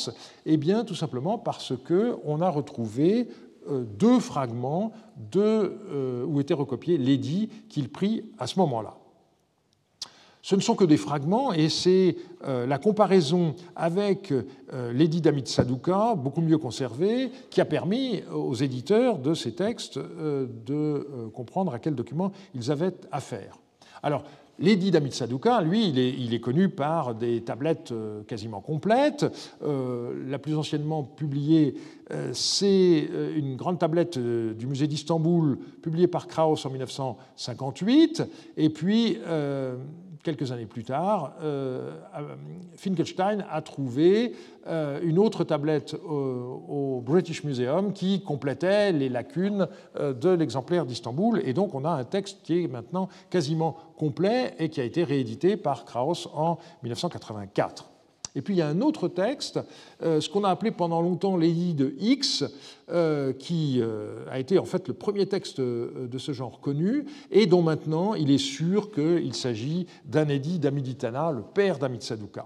Eh bien, tout simplement parce qu'on a retrouvé euh, deux fragments de, euh, où étaient recopiés l'édit qu'il prit à ce moment-là. Ce ne sont que des fragments, et c'est euh, la comparaison avec euh, l'édit d'Amit Saduqa, beaucoup mieux conservé, qui a permis aux éditeurs de ces textes euh, de euh, comprendre à quel document ils avaient affaire. Alors, l'édit d'Amit Saduqa, lui, il est, il est connu par des tablettes euh, quasiment complètes. Euh, la plus anciennement publiée, euh, c'est une grande tablette euh, du musée d'Istanbul, publiée par Krauss en mille neuf cent cinquante-huit, et puis... Euh, quelques années plus tard, euh, Finkelstein a trouvé euh, une autre tablette au, au British Museum qui complétait les lacunes euh, de l'exemplaire d'Istanbul. Et donc, on a un texte qui est maintenant quasiment complet et qui a été réédité par Krauss en mille neuf cent quatre-vingt-quatre. Et puis il y a un autre texte, euh, ce qu'on a appelé pendant longtemps l'édit de X, euh, qui euh, a été en fait le premier texte de ce genre connu, et dont maintenant il est sûr qu'il s'agit d'un édit d'Amiditana, le père d'Amit Saduqa.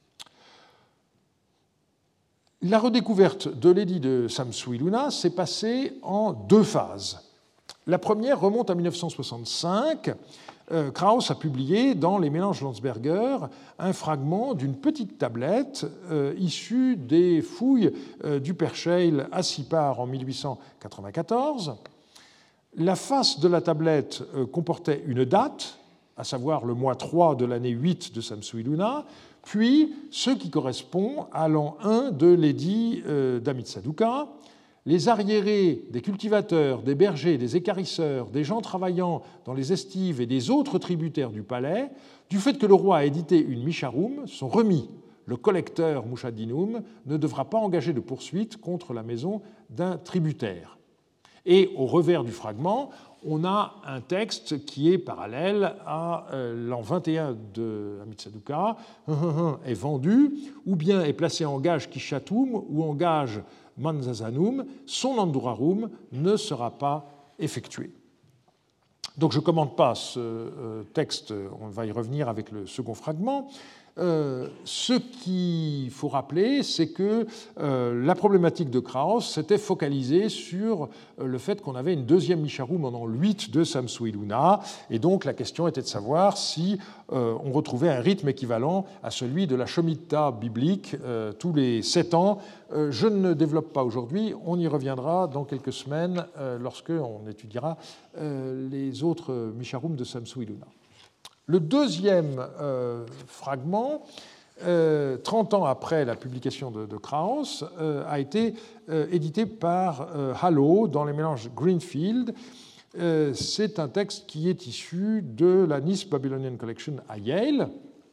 La redécouverte de l'édit de Samsuiluna s'est passée en deux phases. La première remonte à mille neuf cent soixante-cinq. Euh, Krauss a publié dans les Mélanges Landsberger un fragment d'une petite tablette euh, issue des fouilles euh, du Percheil à Sipar en mille huit cent quatre-vingt-quatorze. La face de la tablette euh, comportait une date, à savoir le mois trois de l'année huit de Samsuiluna, puis ce qui correspond à l'an un de l'édit euh, d'Amit Saduqa. Les arriérés des cultivateurs, des bergers, des équarrisseurs, des gens travaillant dans les estives et des autres tributaires du palais, du fait que le roi a édité une Misharum, sont remis. Le collecteur Mushadinum ne devra pas engager de poursuite contre la maison d'un tributaire. Et au revers du fragment, on a un texte qui est parallèle à l'an vingt et un de Amit Saduqa, est vendu, ou bien est placé en gage Kishatum, ou en gage Manzazanum, son Andurarum ne sera pas effectué. Donc je ne commente pas ce texte, on va y revenir avec le second fragment. Euh, ce qu'il faut rappeler, c'est que euh, la problématique de Krauss s'était focalisée sur le fait qu'on avait une deuxième Misharum en an huit de Samsuiluna, et donc la question était de savoir si euh, on retrouvait un rythme équivalent à celui de la Shemitah biblique euh, tous les sept ans. Euh, je ne développe pas aujourd'hui, on y reviendra dans quelques semaines euh, lorsque on étudiera euh, les autres Misharum de Samsuiluna. Le deuxième euh, fragment, euh, trente ans après la publication de, de Krauss, euh, a été euh, édité par euh, Hallow dans les Mélanges Greenfield. Euh, c'est un texte qui est issu de la Nice Babylonian Collection à Yale.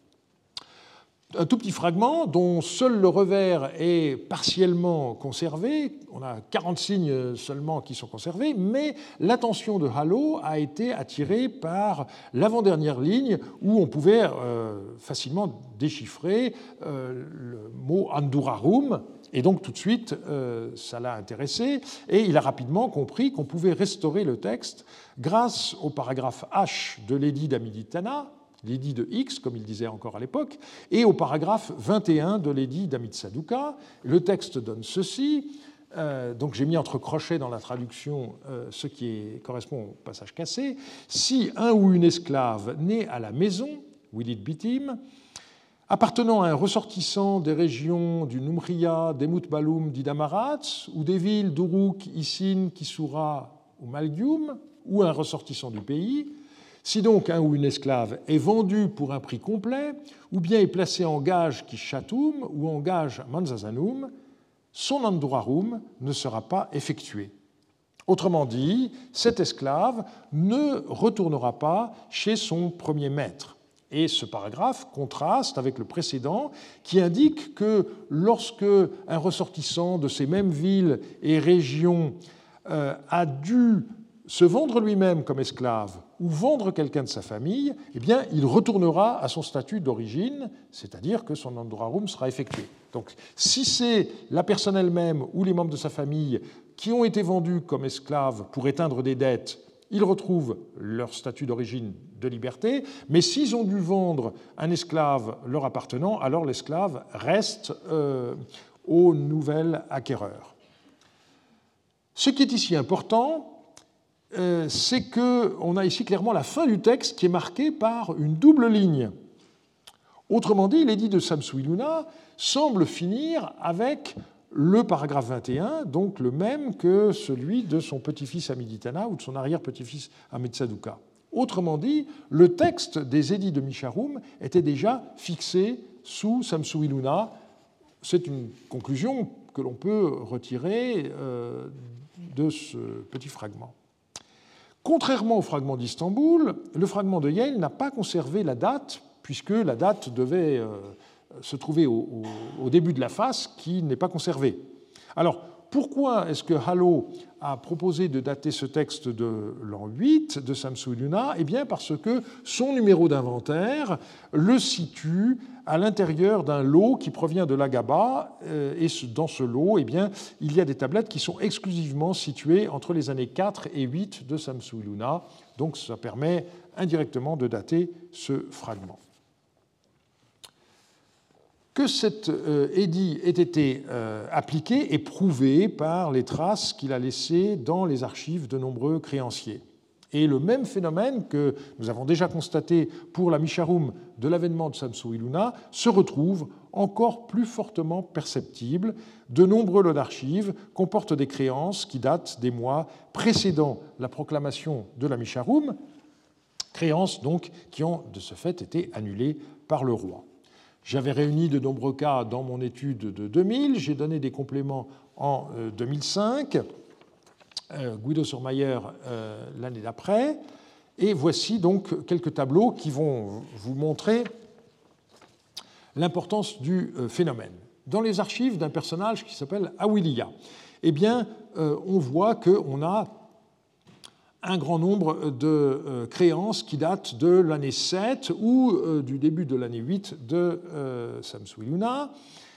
Un tout petit fragment dont seul le revers est partiellement conservé. On a quarante signes seulement qui sont conservés, mais l'attention de Hallow a été attirée par l'avant-dernière ligne où on pouvait euh, facilement déchiffrer euh, le mot Andurarum. Et donc tout de suite, euh, ça l'a intéressé, et il a rapidement compris qu'on pouvait restaurer le texte grâce au paragraphe H de l'édit d'Amiditana, l'édit de X, comme il disait encore à l'époque, et au paragraphe vingt et un de l'édit d'Amit Saduqa. Le texte donne ceci. euh, donc j'ai mis entre crochets dans la traduction euh, ce qui est, correspond au passage cassé, si un ou une esclave né à la maison, Willit Bitim, appartenant à un ressortissant des régions du Numria, d'Emut Balum, d'Idamaratz, ou des villes d'Uruk, Isin, Kisura ou Malgium, ou un ressortissant du pays, si donc un ou une esclave est vendu pour un prix complet, ou bien est placé en gage Kishatum ou en gage Manzazanum, son androarum ne sera pas effectué. Autrement dit, cet esclave ne retournera pas chez son premier maître. Et ce paragraphe contraste avec le précédent qui indique que lorsque un ressortissant de ces mêmes villes et régions euh, a dû se vendre lui-même comme esclave ou vendre quelqu'un de sa famille, eh bien, il retournera à son statut d'origine, c'est-à-dire que son androarum sera effectué. Donc, si c'est la personne elle-même ou les membres de sa famille qui ont été vendus comme esclaves pour éteindre des dettes, ils retrouvent leur statut d'origine de liberté, mais s'ils ont dû vendre un esclave leur appartenant, alors l'esclave reste euh, au nouvel acquéreur. Ce qui est ici important, euh, c'est qu'on a ici clairement la fin du texte qui est marquée par une double ligne. Autrement dit, l'édit de Samsu-Iluna semble finir avec le paragraphe vingt et un, donc le même que celui de son petit-fils Amiditana ou de son arrière-petit-fils Ametsaduka. Autrement dit, le texte des édits de Misharum était déjà fixé sous Samsu-Iluna. C'est une conclusion que l'on peut retirer euh, de ce petit fragment. Contrairement au fragment d'Istanbul, le fragment de Yale n'a pas conservé la date, puisque la date devait euh, se trouver au, au, au début de la face, qui n'est pas conservée. Alors, pourquoi est-ce que Hallo a proposé de dater ce texte de l'an huit de Samsu-Iluna ? Eh bien, parce que son numéro d'inventaire le situe à l'intérieur d'un lot qui provient de l'Agaba, et dans ce lot, eh bien, il y a des tablettes qui sont exclusivement situées entre les années quatre et huit de Samsu-Iluna. Donc, ça permet indirectement de dater ce fragment. Que cet euh, édit ait été euh, appliqué est prouvé par les traces qu'il a laissées dans les archives de nombreux créanciers. Et le même phénomène que nous avons déjà constaté pour la Misharum de l'avènement de Samsu-Iluna se retrouve encore plus fortement perceptible. De nombreux lots d'archives comportent des créances qui datent des mois précédant la proclamation de la Misharum, créances donc qui ont de ce fait été annulées par le roi. J'avais réuni de nombreux cas dans mon étude de deux mille, j'ai donné des compléments en deux mille cinq, euh, Guido Surmayer euh, l'année d'après, et voici donc quelques tableaux qui vont vous montrer l'importance du euh, phénomène. Dans les archives d'un personnage qui s'appelle Awiliya, eh bien, euh, on voit qu'on a un grand nombre de euh, créances qui datent de l'année sept ou euh, du début de l'année huit de euh, Samsu-Iluna.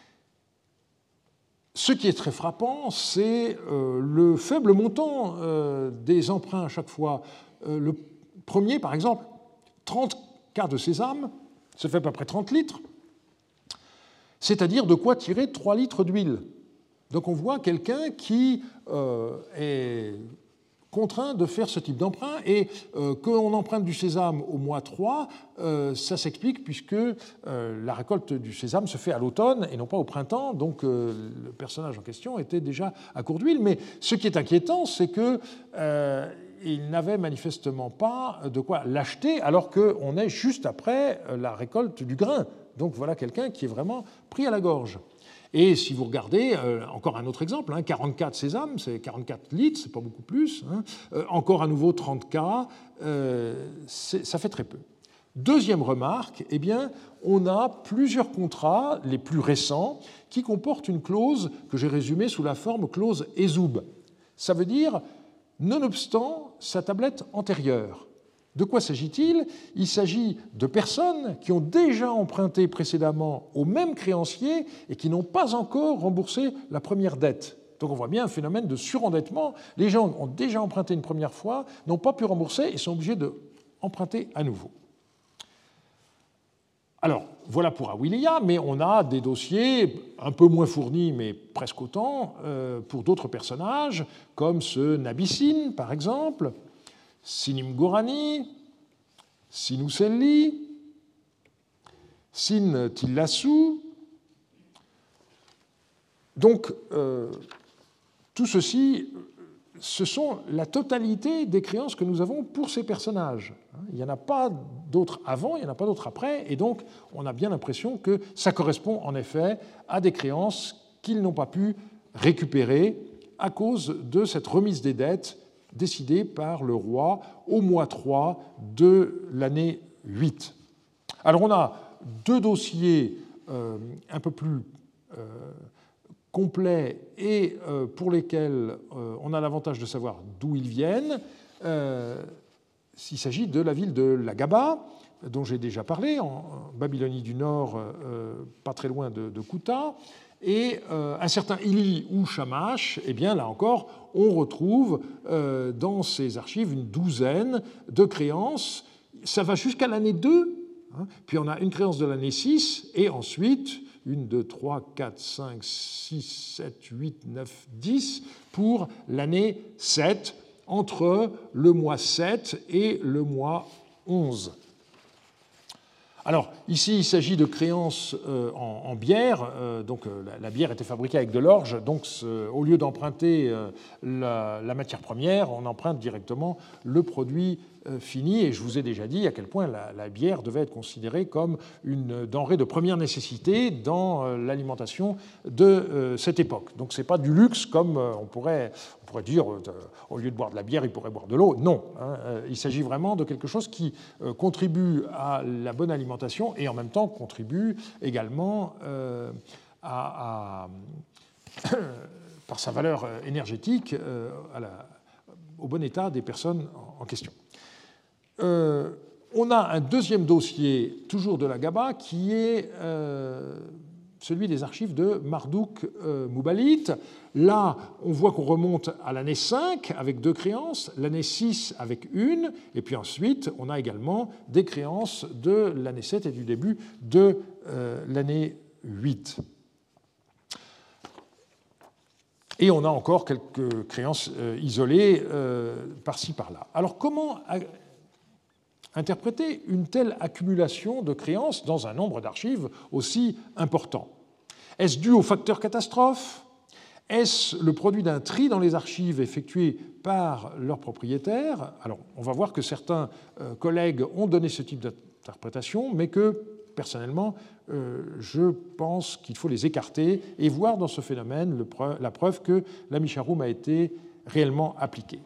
Ce qui est très frappant, c'est euh, le faible montant euh, des emprunts à chaque fois. Euh, le premier, par exemple, trente quarts de sésame, ça fait à peu près trente litres, c'est-à-dire de quoi tirer trois litres d'huile. Donc on voit quelqu'un qui euh, est contraint de faire ce type d'emprunt, et euh, qu'on emprunte du sésame au mois trois, euh, ça s'explique puisque euh, la récolte du sésame se fait à l'automne et non pas au printemps, donc euh, le personnage en question était déjà à court d'huile. Mais ce qui est inquiétant, c'est qu'il euh, n'avait manifestement pas de quoi l'acheter alors qu'on est juste après la récolte du grain. Donc voilà quelqu'un qui est vraiment pris à la gorge. Et si vous regardez, euh, encore un autre exemple, hein, quarante-quatre sésames, c'est quarante-quatre litres, c'est pas beaucoup plus, hein, euh, encore à nouveau trente cas, euh, ça fait très peu. Deuxième remarque, eh bien, on a plusieurs contrats, les plus récents, qui comportent une clause que j'ai résumée sous la forme clause Ezoub. Ça veut dire, nonobstant sa tablette antérieure. De quoi s'agit-il ? Il s'agit de personnes qui ont déjà emprunté précédemment au même créancier et qui n'ont pas encore remboursé la première dette. Donc on voit bien un phénomène de surendettement. Les gens ont déjà emprunté une première fois, n'ont pas pu rembourser et sont obligés d'emprunter à nouveau. Alors, voilà pour Awilia, mais on a des dossiers un peu moins fournis, mais presque autant, euh, pour d'autres personnages, comme ce Nabissine, par exemple, Sinim Gorani, Sinuselli, Sin Tillassou. Donc, euh, tout ceci, ce sont la totalité des créances que nous avons pour ces personnages. Il n'y en a pas d'autres avant, il n'y en a pas d'autres après, et donc on a bien l'impression que ça correspond en effet à des créances qu'ils n'ont pas pu récupérer à cause de cette remise des dettes décidée par le roi au mois trois de l'année huit. Alors on a deux dossiers euh, un peu plus euh, complets et euh, pour lesquels euh, on a l'avantage de savoir d'où ils viennent. Euh, il s'agit de la ville de la Gaba, dont j'ai déjà parlé, en Babylonie du Nord, euh, pas très loin de, de Kouta. Et euh, un certain Ili ou Shamash, eh bien, là encore, on retrouve euh, dans ces archives une douzaine de créances. Ça va jusqu'à l'année deux, hein, puis on a une créance de l'année six, et ensuite une, deux, trois, quatre, cinq, six, sept, huit, neuf, dix pour l'année sept, entre le mois sept et le mois onze. Alors, ici, il s'agit de créances euh, en, en bière. Euh, donc, euh, la, la bière était fabriquée avec de l'orge. Donc, ce, au lieu d'emprunter euh, la, la matière première, on emprunte directement le produit euh, fini. Et je vous ai déjà dit à quel point la, la bière devait être considérée comme une denrée de première nécessité dans euh, l'alimentation de euh, cette époque. Donc, ce n'est pas du luxe comme euh, on pourrait... On pourrait dire, euh, au lieu de boire de la bière, il pourrait boire de l'eau. Non, hein, euh, il s'agit vraiment de quelque chose qui euh, contribue à la bonne alimentation et en même temps contribue également euh, à, à, par sa valeur énergétique euh, à la, au bon état des personnes en, en question. Euh, on a un deuxième dossier, toujours de la Gaba, qui est... Euh, celui des archives de Marduk euh, Moubalite. Là, on voit qu'on remonte à l'année cinq avec deux créances, l'année six avec une, et puis ensuite, on a également des créances de l'année sept et du début de euh, l'année huit. Et on a encore quelques créances euh, isolées euh, par-ci, par-là. Alors, comment interpréter une telle accumulation de créances dans un nombre d'archives aussi important? Est-ce dû au facteur catastrophe? Est-ce le produit d'un tri dans les archives effectué par leurs propriétaires? Alors, on va voir que certains euh, collègues ont donné ce type d'interprétation, mais que, personnellement, euh, je pense qu'il faut les écarter et voir dans ce phénomène le preuve, la preuve que la Misharoum a été réellement appliquée.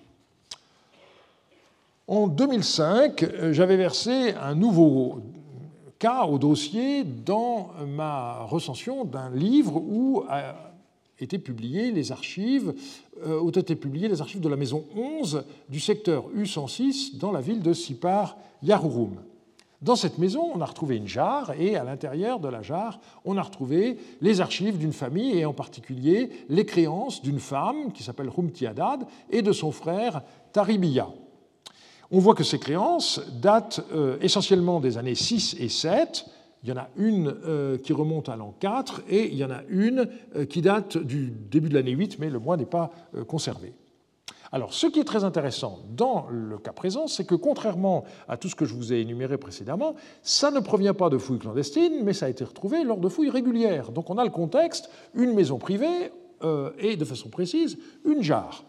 En deux mille cinq, j'avais versé un nouveau cas au dossier dans ma recension d'un livre où a été publié les archives, euh, ont été publiées les archives de la maison onze du secteur U cent six dans la ville de Sipar Yarurum. Dans cette maison, on a retrouvé une jarre et à l'intérieur de la jarre, on a retrouvé les archives d'une famille et en particulier les créances d'une femme qui s'appelle Rumtiadad et de son frère Taribiya. On voit que ces créances datent euh, essentiellement des années six et sept. Il y en a une euh, qui remonte à l'an quatre et il y en a une euh, qui date du début de l'année huit, mais le mois n'est pas euh, conservé. Alors, ce qui est très intéressant dans le cas présent, c'est que contrairement à tout ce que je vous ai énuméré précédemment, ça ne provient pas de fouilles clandestines, mais ça a été retrouvé lors de fouilles régulières. Donc on a le contexte, une maison privée euh, et, de façon précise, une jarre.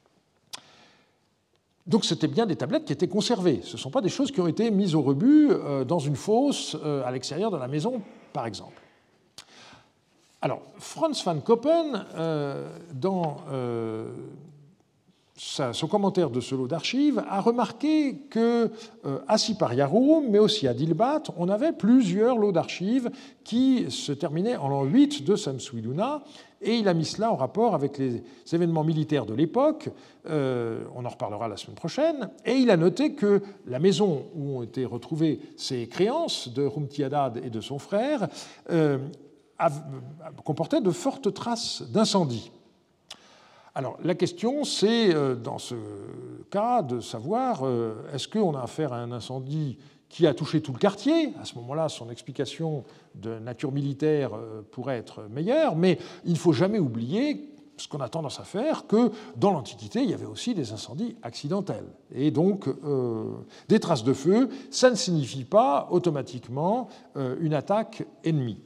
Donc c'était bien des tablettes qui étaient conservées. Ce ne sont pas des choses qui ont été mises au rebut dans une fosse à l'extérieur de la maison, par exemple. Alors, Franz van Koppen, dans son commentaire de ce lot d'archives, a remarqué qu'à Sipar Yarurum, mais aussi à Dilbat, on avait plusieurs lots d'archives qui se terminaient en l'an huit de Samsuiluna, et il a mis cela en rapport avec les événements militaires de l'époque, euh, on en reparlera la semaine prochaine, et il a noté que la maison où ont été retrouvées ces créances de Rumtiadad et de son frère euh, comportait de fortes traces d'incendie. Alors, la question, c'est, dans ce cas, de savoir est-ce qu'on a affaire à un incendie qui a touché tout le quartier. À ce moment-là, son explication de nature militaire pourrait être meilleure, mais il ne faut jamais oublier ce qu'on a tendance à faire, que dans l'Antiquité, il y avait aussi des incendies accidentels. Et donc, euh, des traces de feu, ça ne signifie pas automatiquement euh, une attaque ennemie.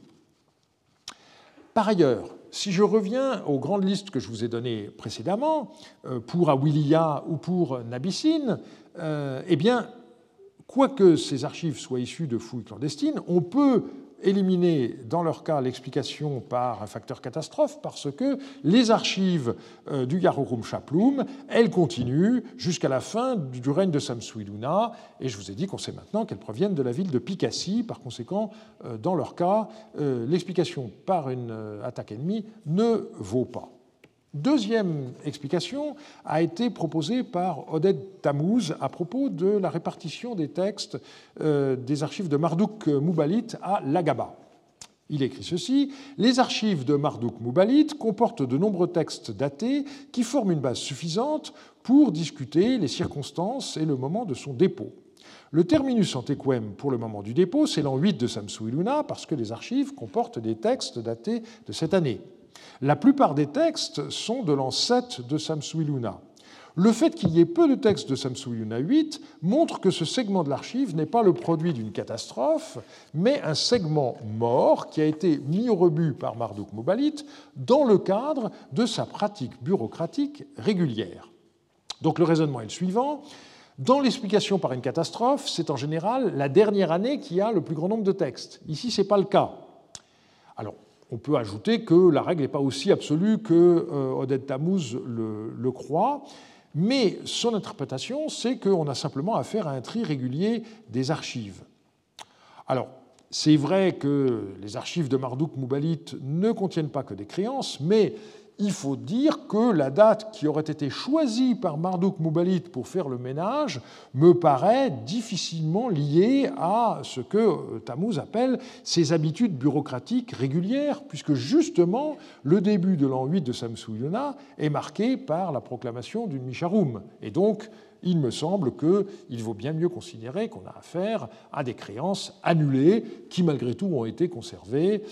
Par ailleurs, si je reviens aux grandes listes que je vous ai données précédemment, euh, pour Awilia ou pour Nabissine, euh, eh bien, quoique ces archives soient issues de fouilles clandestines, on peut éliminer dans leur cas l'explication par un facteur catastrophe parce que les archives du Yarurum Chaplum, elles continuent jusqu'à la fin du règne de Samsu-Iluna, et je vous ai dit qu'on sait maintenant qu'elles proviennent de la ville de Pikasi. Par conséquent, dans leur cas, l'explication par une attaque ennemie ne vaut pas. Deuxième explication a été proposée par Oded Tammuz à propos de la répartition des textes euh, des archives de Marduk Moubalit à l'Agaba. Il écrit ceci: « Les archives de Marduk Moubalit comportent de nombreux textes datés qui forment une base suffisante pour discuter les circonstances et le moment de son dépôt. Le terminus antequem pour le moment du dépôt, c'est l'an huit de Samsu-Iluna, parce que les archives comportent des textes datés de cette année. La plupart des textes sont de l'an sept de Samsu-Iluna. Le fait qu'il y ait peu de textes de Samsu-Iluna huit montre que ce segment de l'archive n'est pas le produit d'une catastrophe, mais un segment mort qui a été mis au rebut par Marduk Moubalit dans le cadre de sa pratique bureaucratique régulière. » Donc le raisonnement est le suivant. Dans l'explication par une catastrophe, c'est en général la dernière année qui a le plus grand nombre de textes. Ici, ce n'est pas le cas. Alors, on peut ajouter que la règle n'est pas aussi absolue que euh, Oded Tammuz le, le croit, mais son interprétation, c'est qu'on a simplement affaire à un tri régulier des archives. Alors, c'est vrai que les archives de Marduk Moubalit ne contiennent pas que des créances, mais il faut dire que la date qui aurait été choisie par Marduk Moubalit pour faire le ménage me paraît difficilement liée à ce que Tammuz appelle ses habitudes bureaucratiques régulières, puisque justement le début de l'an huit de Samsu-Iluna est marqué par la proclamation d'une Misharum. Et donc, il me semble qu'il vaut bien mieux considérer qu'on a affaire à des créances annulées qui, malgré tout, ont été conservées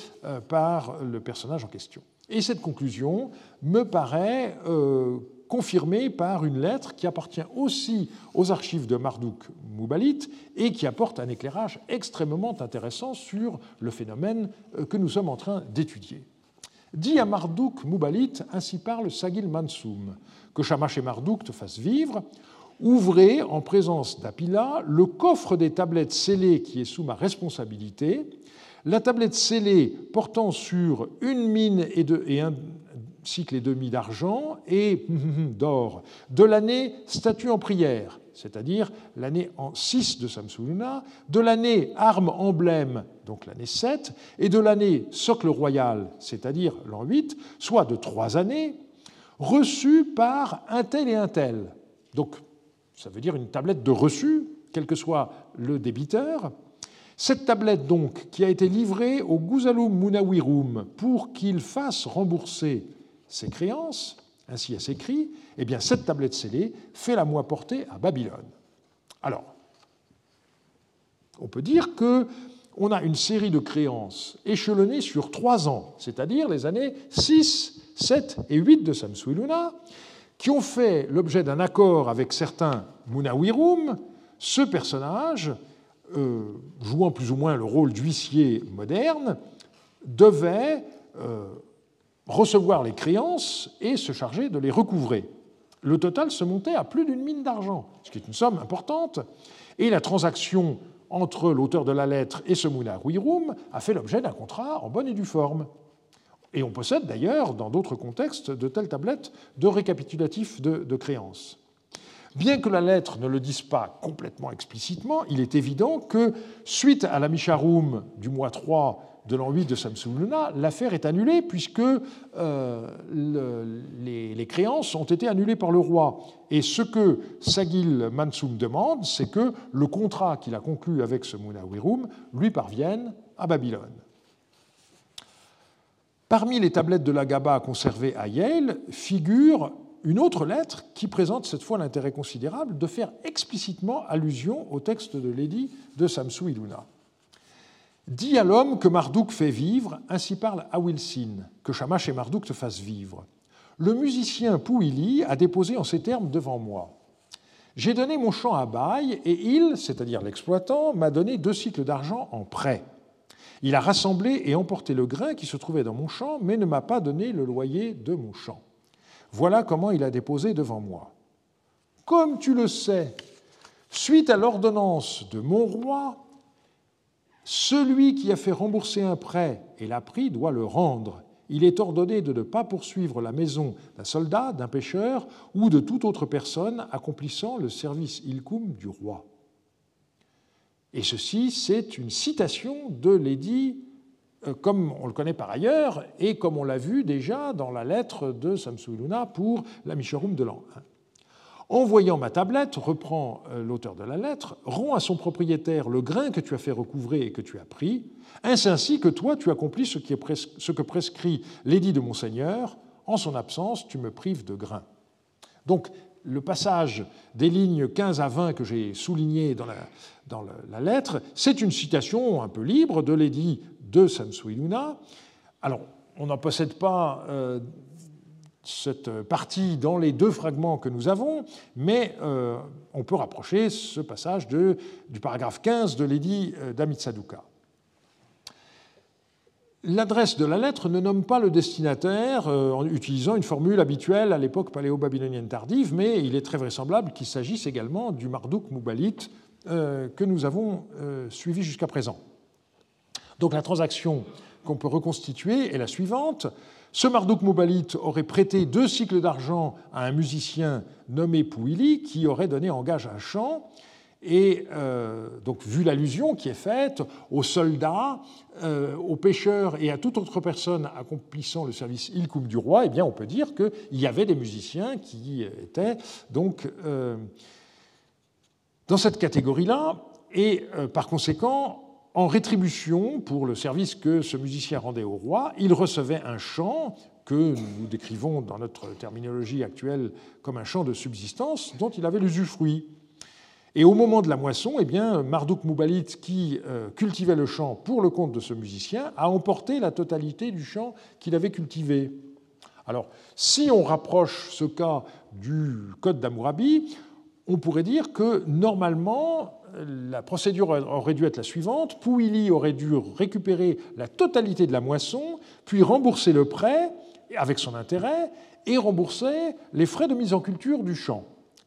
par le personnage en question. Et cette conclusion me paraît euh, confirmée par une lettre qui appartient aussi aux archives de Marduk Moubalit et qui apporte un éclairage extrêmement intéressant sur le phénomène que nous sommes en train d'étudier. Dit à Marduk Moubalit, ainsi parle Sagil Mansoum, que Shamash et Marduk te fassent vivre. Ouvrez, en présence d'Apila, le coffre des tablettes scellées qui est sous ma responsabilité. La tablette scellée portant sur une mine et, de, et un cycle et demi d'argent et d'or de l'année statue en prière, c'est-à-dire l'année en six de Samsu-Iluna, de l'année arme emblème, donc l'année sept, et de l'année socle royal, c'est-à-dire l'an huit, soit de trois années, reçue par un tel et un tel. Donc, ça veut dire une tablette de reçu, quel que soit le débiteur. Cette tablette, donc, qui a été livrée au Guzalum Munawirum pour qu'il fasse rembourser ses créances, ainsi est écrit, eh bien, cette tablette scellée fait la moi porter à Babylone. Alors, on peut dire qu'on a une série de créances échelonnées sur trois ans, c'est-à-dire les années six, sept et huit de Samsu-Iluna, qui ont fait l'objet d'un accord avec certains Munawirum. Ce personnage, Euh, jouant plus ou moins le rôle d'huissier moderne, devait euh, recevoir les créances et se charger de les recouvrer. Le total se montait à plus d'une mine d'argent, ce qui est une somme importante, et la transaction entre l'auteur de la lettre et ce Munawirum a fait l'objet d'un contrat en bonne et due forme. Et on possède d'ailleurs, dans d'autres contextes, de telles tablettes de récapitulatifs de, de créances. Bien que la lettre ne le dise pas complètement explicitement, il est évident que, suite à la Misharum du mois trois de l'an huit de Samsu-Iluna, l'affaire est annulée puisque euh, le, les, les créances ont été annulées par le roi. Et ce que Sagil Mansoum demande, c'est que le contrat qu'il a conclu avec ce Munawirum lui parvienne à Babylone. Parmi les tablettes de l'Agaba conservées à Yale figure une autre lettre qui présente cette fois l'intérêt considérable de faire explicitement allusion au texte de l'édit de Samsu-Iluna. Dis à l'homme que Marduk fait vivre, ainsi parle Awilsin, que Shamash et Marduk te fassent vivre. Le musicien Pouili a déposé en ces termes devant moi. J'ai donné mon champ à bail et il, c'est-à-dire l'exploitant, m'a donné deux cycles d'argent en prêt. Il a rassemblé et emporté le grain qui se trouvait dans mon champ, mais ne m'a pas donné le loyer de mon champ. Voilà comment il a déposé devant moi. Comme tu le sais, suite à l'ordonnance de mon roi, celui qui a fait rembourser un prêt et l'a pris doit le rendre. Il est ordonné de ne pas poursuivre la maison d'un soldat, d'un pêcheur ou de toute autre personne accomplissant le service ilkum du roi. Et ceci, c'est une citation de l'édit, euh, comme on le connaît par ailleurs, et comme on l'a vu déjà dans la lettre de Samsu-Iluna pour la Misharum de l'an un. En voyant ma tablette, reprend euh, l'auteur de la lettre, rends à son propriétaire le grain que tu as fait recouvrer et que tu as pris, ainsi que toi tu accomplis ce, qui est pres- ce que prescrit l'édit de mon Seigneur, en son absence tu me prives de grain. Donc, le passage des lignes quinze à vingt que j'ai souligné dans la, dans la lettre, c'est une citation un peu libre de l'édit de Samsu-Iluna. Alors, on n'en possède pas euh, cette partie dans les deux fragments que nous avons, mais euh, on peut rapprocher ce passage de, du paragraphe quinze de l'édit d'Amitsaduka. L'adresse de la lettre ne nomme pas le destinataire euh, en utilisant une formule habituelle à l'époque paléo-babylonienne tardive, mais il est très vraisemblable qu'il s'agisse également du Marduk Muballit euh, que nous avons euh, suivi jusqu'à présent. Donc la transaction qu'on peut reconstituer est la suivante. Ce Marduk Muballit aurait prêté deux cycles d'argent à un musicien nommé Pouili qui aurait donné en gage un champ. Et euh, donc, vu l'allusion qui est faite aux soldats, euh, aux pêcheurs et à toute autre personne accomplissant le service ilkum du roi, eh bien, on peut dire qu'il y avait des musiciens qui étaient donc euh, dans cette catégorie-là, et euh, par conséquent, en rétribution pour le service que ce musicien rendait au roi, il recevait un champ que nous décrivons dans notre terminologie actuelle comme un champ de subsistance dont il avait l'usufruit. Et au moment de la moisson, eh bien, Marduk Muballit, qui euh, cultivait le champ pour le compte de ce musicien, a emporté la totalité du champ qu'il avait cultivé. Alors, si on rapproche ce cas du Code d'Hammurabi, on pourrait dire que, normalement, la procédure aurait dû être la suivante. Pouili aurait dû récupérer la totalité de la moisson, puis rembourser le prêt avec son intérêt et rembourser les frais de mise en culture du champ.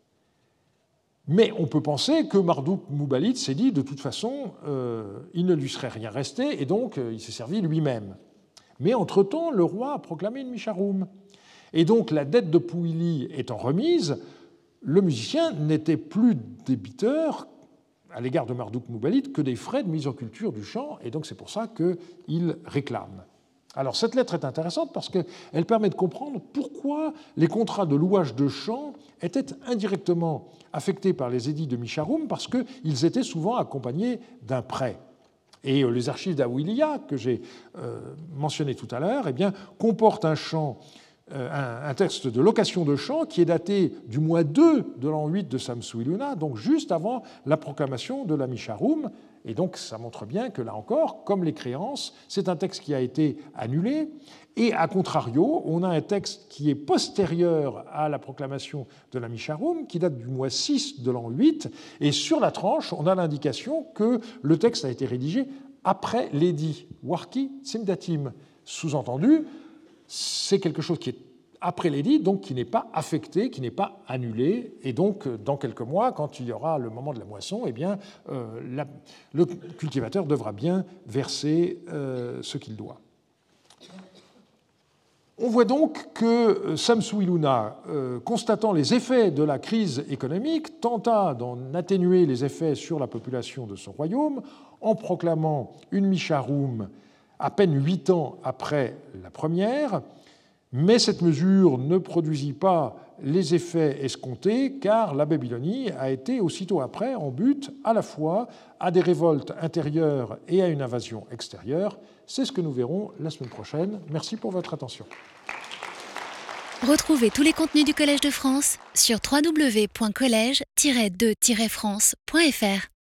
Mais on peut penser que Marduk Muballit s'est dit, de toute façon, euh, il ne lui serait rien resté, et donc euh, il s'est servi lui-même. Mais entre-temps, le roi a proclamé une Misharum. Et donc, la dette de Pouili étant remise, le musicien n'était plus débiteur à l'égard de Marduk Muballit que des frais de mise en culture du champ, et donc c'est pour ça qu'il réclame. Alors, cette lettre est intéressante parce qu'elle permet de comprendre pourquoi les contrats de louage de champs étaient indirectement affectés par les édits de Misharum, parce qu'ils étaient souvent accompagnés d'un prêt. Et les archives d'Awilia, que j'ai euh, mentionnées tout à l'heure, eh bien, comportent un, champ, euh, un, un texte de location de champs qui est daté du mois deux de l'an huit de Samsu-Iluna, donc juste avant la proclamation de la Misharum. Et donc, ça montre bien que, là encore, comme les créances, c'est un texte qui a été annulé. Et, à contrario, on a un texte qui est postérieur à la proclamation de la Misharum, qui date du mois six de l'an huit. Et sur la tranche, on a l'indication que le texte a été rédigé après l'édit Warki Tsimdatim. Sous-entendu, c'est quelque chose qui est après l'édit, donc qui n'est pas affecté, qui n'est pas annulé. Et donc, dans quelques mois, quand il y aura le moment de la moisson, eh bien, euh, la, le cultivateur devra bien verser euh, ce qu'il doit. On voit donc que Samsu-Iluna, euh, constatant les effets de la crise économique, tenta d'en atténuer les effets sur la population de son royaume en proclamant une Misharum à peine huit ans après la première. Mais cette mesure ne produisit pas les effets escomptés, car la Babylonie a été aussitôt après en butte à la fois à des révoltes intérieures et à une invasion extérieure. C'est ce que nous verrons la semaine prochaine. Merci pour votre attention. Retrouvez tous les contenus du Collège de France sur w w w point collège tiret de tiret france point f r.